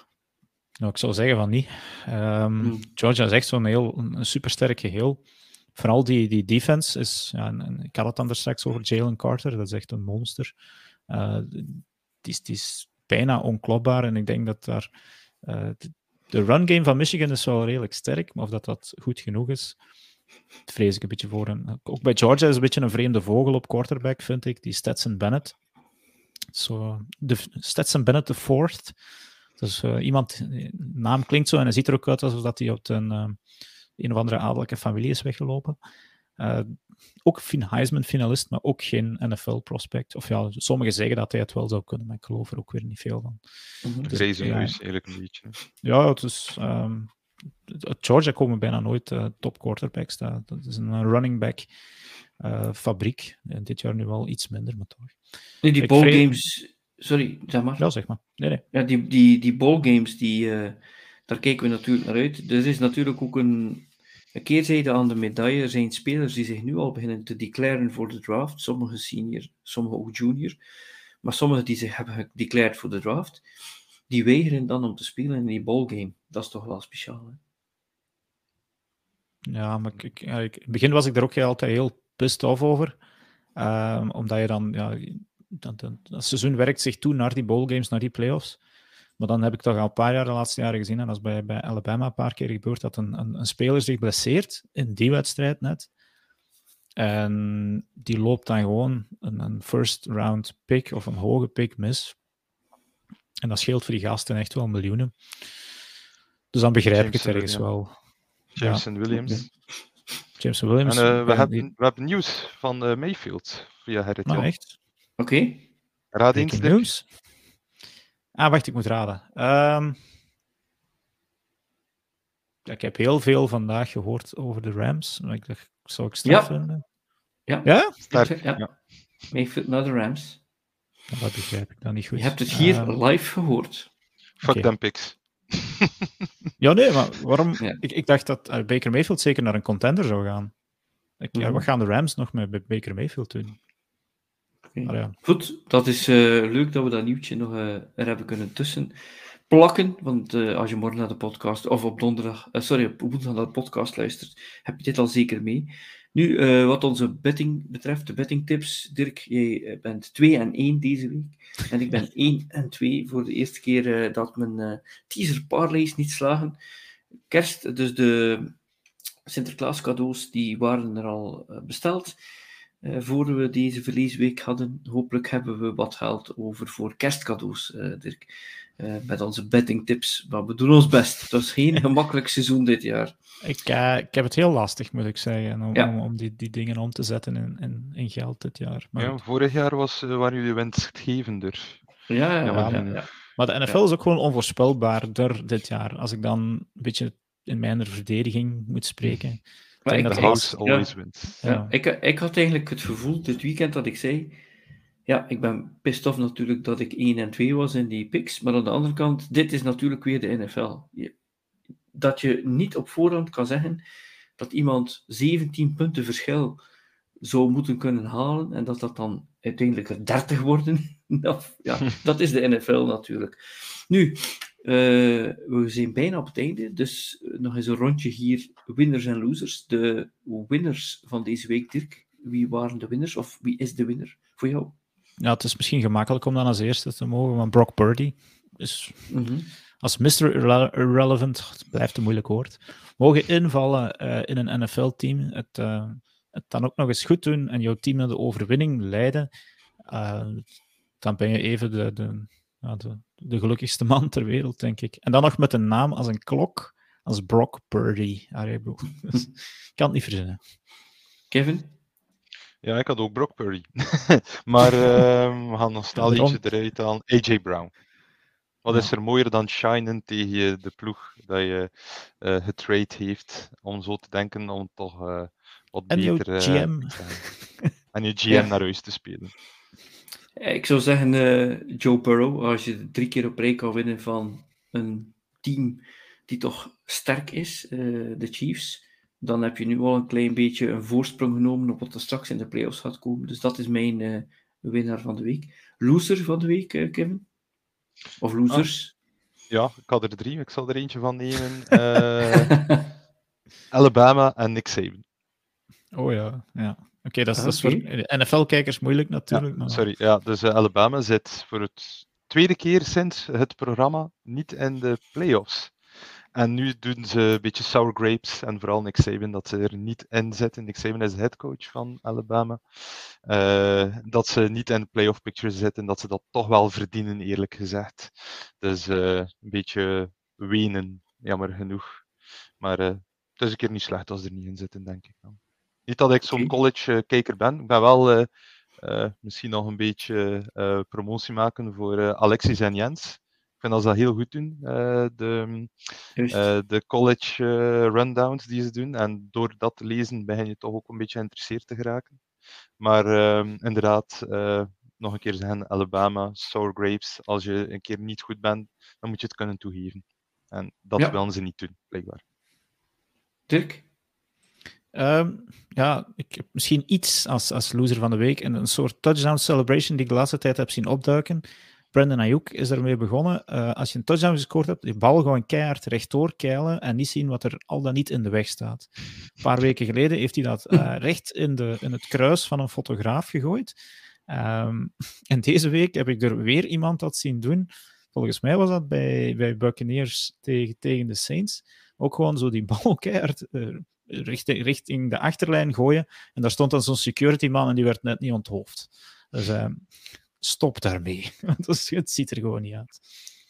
Nou, ik zou zeggen van niet. Um, hmm. Georgia is echt zo'n heel een supersterk geheel. vooral die, die defense is... Ja, en, en ik had het dan er straks over Jalen Carter. Dat is echt een monster. Uh, die, is, die is bijna onklopbaar. En ik denk dat daar... Uh, de, de run game van Michigan is wel redelijk sterk. Maar of dat, dat goed genoeg is, vrees ik een beetje voor. En ook bij Georgia is een beetje een vreemde vogel op quarterback, vind ik. Die Stetson Bennett. So, de, Stetson Bennett the fourth. Dus uh, iemand, naam klinkt zo en hij ziet er ook uit alsof dat hij op een, uh, een of andere adellijke familie is weggelopen. Uh, ook een Heisman-finalist, maar ook geen N F L-prospect. Of ja, sommigen zeggen dat hij het wel zou kunnen, maar ik geloof er ook weer niet veel van. Mm-hmm. Dus, Vrezen ja, eigenlijk een beetje. Ja, het is... Um, uit Georgia komen bijna nooit uh, top quarterbacks. Dat, dat is een running back uh, fabriek. En dit jaar nu wel iets minder, maar toch. Nee, die ballgames... Vrees... Sorry, zeg maar. Ja, zeg maar. Nee, nee. Ja, die, die, die ballgames, die, uh, daar kijken we natuurlijk naar uit. Er is natuurlijk ook een, een keerzijde aan de medaille. Er zijn spelers die zich nu al beginnen te declaren voor de draft. Sommige senior, sommige ook junior. Maar sommigen die zich hebben gedeclared voor de draft, die weigeren dan om te spelen in die ballgame. Dat is toch wel speciaal, hè? Ja, maar ik, in het begin was ik er ook altijd heel pissed off over. Um, omdat je dan... Ja, dat, dat, dat seizoen werkt zich toe naar die bowlgames, naar die playoffs. Maar dan heb ik toch al een paar jaar de laatste jaren gezien, en dat is bij, bij Alabama een paar keer gebeurd, dat een, een, een speler zich blesseert in die wedstrijd net. En die loopt dan gewoon een, een first round pick of een hoge pick mis. En dat scheelt voor die gasten echt wel miljoenen. Dus dan begrijp James ik het ergens Williams. wel. Jameson ja. Williams. Jameson Williams. En uh, we, hebben, die... we hebben nieuws van uh, Mayfield via Herrit. Nou, echt? Oké. Okay. Raad eens nieuws. Ah, wacht, ik moet raden. Um, ja, ik heb heel veel vandaag gehoord over de Rams. Maar ik dacht, zou ik straf ja. vinden? Ja. Ja? Sterk, ja. ja. Mayfield naar de Rams. Ja, dat begrijp ik dan niet goed. Je hebt het hier um, live gehoord. Fuck okay. them picks. Ja, nee, maar waarom? Ja. Ik, ik dacht dat uh, Baker Mayfield zeker naar een contender zou gaan. Ik, mm-hmm. ja, wat gaan de Rams nog met Baker Mayfield doen? Okay. Ja. Goed, dat is uh, leuk dat we dat nieuwtje nog uh, er hebben kunnen tussen plakken, want uh, als je morgen naar de podcast, of op donderdag, uh, sorry, op woensdag naar de podcast luistert, heb je dit al zeker mee. Nu, uh, wat onze betting betreft, de bettingtips, Dirk, jij bent twee en één deze week, en ik ben één en twee voor de eerste keer uh, dat mijn uh, teaser parlays niet slagen. Kerst, dus de Sinterklaas cadeaus, die waren er al uh, besteld. Uh, voor we deze verliesweek hadden, hopelijk hebben we wat geld over voor kerstcadeaus, uh, Dirk. Uh, met onze bettingtips. Maar we doen ons best. Het was geen gemakkelijk seizoen dit jaar. Ik, uh, ik heb het heel lastig, moet ik zeggen, om, ja. om, om die, die dingen om te zetten in, in, in geld dit jaar. Maar ja, vorig jaar was, uh, waren jullie winstgevender. Ja, ja, ja, maar, ja, ja. maar de N F L ja. is ook gewoon onvoorspelbaarder dit jaar. Als ik dan een beetje in mijn verdediging moet spreken. Maar ik, dat the house always ja. wins. Ja. Ja. Ik, ik had eigenlijk het gevoel dit weekend dat ik zei, ja, ik ben pissed off natuurlijk dat ik één en twee was in die picks, maar aan de andere kant, dit is natuurlijk weer de N F L. Je, dat je niet op voorhand kan zeggen dat iemand zeventien punten verschil zou moeten kunnen halen en dat dat dan uiteindelijk er dertig worden. Ja, dat is de N F L natuurlijk. Nu, uh, we zijn bijna op het einde, dus nog eens een rondje hier, winners en losers. De winners van deze week, Dirk, wie waren de winners of wie is de winner voor jou? Ja, het is misschien gemakkelijk om dan als eerste te mogen, maar Brock Purdy is mm-hmm. als mister Irre- Irrelevant, het blijft een moeilijk woord, mogen invallen uh, in een N F L-team, het, uh, het dan ook nog eens goed doen en jouw team naar de overwinning leiden, uh, dan ben je even de, de, ja, de, de gelukkigste man ter wereld, denk ik. En dan nog met een naam als een klok, als Brock Purdy. Ah, bro. Dus, ik kan het niet verzinnen. Kevin? Ja, ik had ook Brock Purdy. maar uh, we gaan nog snel eentje eruit halen. A J Brown. Wat ja. is er mooier dan shinen tegen de ploeg dat je uh, getrade heeft, om zo te denken, om toch uh, wat en beter... G M. Uh, en je G M ja. naar huis te spelen. Ik zou zeggen, uh, Joe Burrow, als je drie keer op rij kan winnen van een team die toch sterk is, uh, de Chiefs, dan heb je nu al een klein beetje een voorsprong genomen op wat er straks in de playoffs gaat komen. Dus dat is mijn uh, winnaar van de week. Loser van de week, uh, Kevin? Of losers? Ah, ja, ik had er drie. Ik zal er eentje van nemen. Uh, Alabama en Nick Saban. Oh ja, ja. Oké, okay, dat, Ah, dat is oké. voor N F L-kijkers moeilijk natuurlijk. Ja, Maar... sorry. Ja, dus uh, Alabama zit voor het tweede keer sinds het programma niet in de playoffs. En nu doen ze een beetje sour grapes en vooral Nick Saban dat ze er niet in zitten. Nick Saban is de headcoach van Alabama. Uh, dat ze niet in de playoff picture zitten, dat ze dat toch wel verdienen, eerlijk gezegd. Dus uh, een beetje wenen, jammer genoeg. Maar uh, het is een keer niet slecht als ze er niet in zitten, denk ik. Dan. Niet dat ik zo'n Oké. college-kijker ben. Ik ben wel uh, uh, misschien nog een beetje uh, promotie maken voor uh, Alexis en Jens. Ik vind dat ze dat heel goed doen, uh, de, uh, de college uh, rundowns die ze doen. En door dat te lezen begin je toch ook een beetje geïnteresseerd te geraken. Maar uh, inderdaad, uh, nog een keer zeggen, Alabama, sour grapes. Als je een keer niet goed bent, dan moet je het kunnen toegeven. En dat Ja. willen ze niet doen, blijkbaar. Dirk? Um, ja, ik heb misschien iets als, als loser van de week en een soort touchdown celebration die ik de laatste tijd heb zien opduiken. Brandon Ayuk is ermee begonnen. Uh, als je een touchdown gescoord hebt, die bal gewoon keihard rechtdoor keilen en niet zien wat er al dan niet in de weg staat. Een paar weken geleden heeft hij dat uh, recht in, de, in het kruis van een fotograaf gegooid. Um, en deze week heb ik er weer iemand dat zien doen. Volgens mij was dat bij, bij Buccaneers tegen, tegen de Saints. Ook gewoon zo die bal keihard uh, richting, richting de achterlijn gooien. En daar stond dan zo'n security man en die werd net niet onthoofd. Dus uh, stop daarmee. Want het ziet er gewoon niet uit.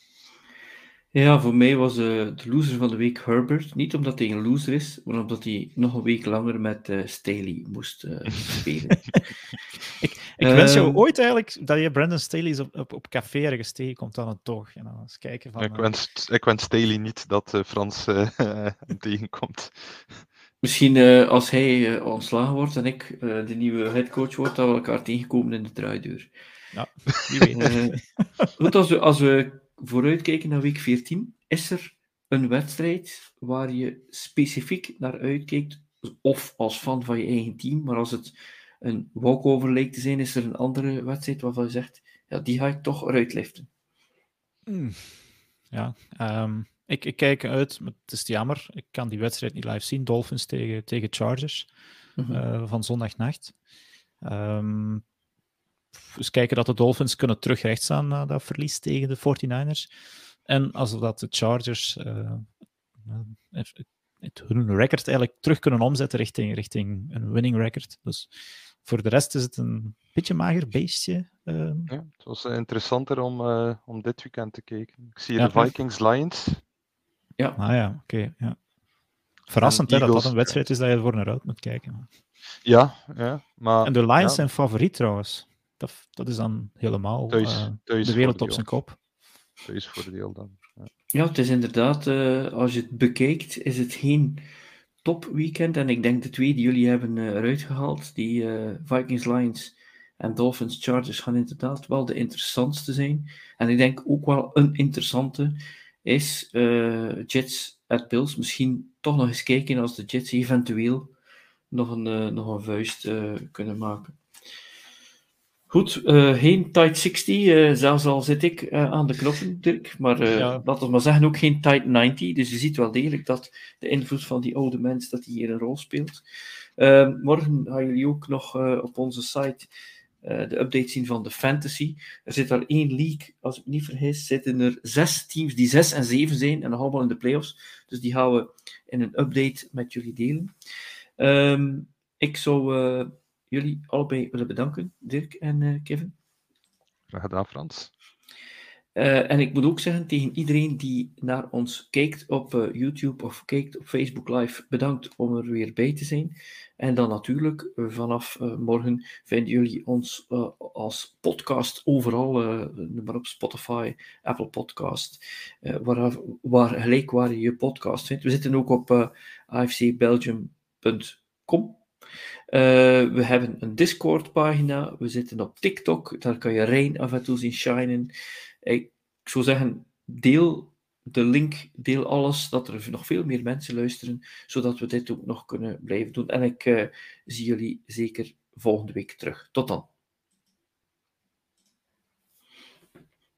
Ja, voor mij was uh, de loser van de week Herbert. Niet omdat hij een loser is, maar omdat hij nog een week langer met uh, Staley moest uh, spelen. ik ik um, wens jou ooit eigenlijk dat je Brandon Staley op, op, op café ergens tegenkomt aan het toog. En dan eens kijken van... Ik Uh... wens, ik wens Staley niet dat uh, Frans uh, tegenkomt. Misschien uh, als hij uh, ontslagen wordt en ik uh, de nieuwe headcoach word, dat we elkaar tegenkomen in de draaideur. Ja, wie weet. Uh, goed, als we, als we vooruitkijken naar week veertien, is er een wedstrijd waar je specifiek naar uitkijkt, of als fan van je eigen team, maar als het een walkover leek te zijn, is er een andere wedstrijd waarvan je zegt, ja, die ga ik toch eruit liften. Mm. Ja, um, ik, ik kijk uit, maar het is jammer, ik kan die wedstrijd niet live zien, Dolphins tegen, tegen Chargers, mm-hmm. uh, van zondagnacht. Um, dus kijken dat de Dolphins kunnen terug rechtstaan na dat verlies tegen de forty-niners. En als dat de Chargers uh, het, het, hun record eigenlijk terug kunnen omzetten richting, richting een winning record. Dus voor de rest is het een beetje mager beestje. Uh. Ja, het was interessanter om, uh, om dit weekend te kijken. Ik zie ja, de Vikings-Lions. Ja. Ah ja, oké. Okay, ja. Verrassend hè, dat dat een wedstrijd is dat je voor naar uit moet kijken. Ja, ja. Maar, en de Lions ja. zijn favoriet trouwens. Dat, dat is dan helemaal thuis, uh, thuis de wereld op zijn kop. Thuisvoordeel dan. Ja. ja, het is inderdaad, uh, als je het bekijkt, is het geen topweekend. En ik denk de twee die jullie hebben uh, eruit gehaald, die uh, Vikings-Lions en Dolphins-Chargers, gaan inderdaad wel de interessantste zijn. En ik denk ook wel een interessante is uh, Jets at Bills. Misschien toch nog eens kijken als de Jets eventueel nog een, uh, nog een vuist uh, kunnen maken. Goed, uh, geen tight zestig, uh, zelfs al zit ik uh, aan de knoppen, Dirk, maar uh, ja. laten we maar zeggen ook geen tight negentig, dus je ziet wel degelijk dat de invloed van die oude mens dat die hier een rol speelt. Uh, morgen gaan jullie ook nog uh, op onze site uh, de update zien van de fantasy. Er zit daar één league, als ik me niet vergis, zitten er zes teams die zes en zeven zijn en nog allemaal in de playoffs, dus die gaan we in een update met jullie delen. Um, ik zou... Uh, jullie allebei willen bedanken, Dirk en uh, Kevin. Graag gedaan, Frans. Uh, en ik moet ook zeggen tegen iedereen die naar ons kijkt op uh, YouTube of kijkt op Facebook Live, bedankt om er weer bij te zijn. En dan natuurlijk, uh, vanaf uh, morgen vinden jullie ons uh, als podcast overal, uh, maar op Spotify, Apple Podcast, uh, waar, waar, gelijk waar je je podcast vindt. We zitten ook op uh, a f c belgium punt com. Uh, we hebben een Discord-pagina, we zitten op TikTok, daar kan je Rein af en toe zien shinen. Ik zou zeggen, deel de link, deel alles, dat er nog veel meer mensen luisteren, zodat we dit ook nog kunnen blijven doen. En ik uh, zie jullie zeker volgende week terug. Tot dan.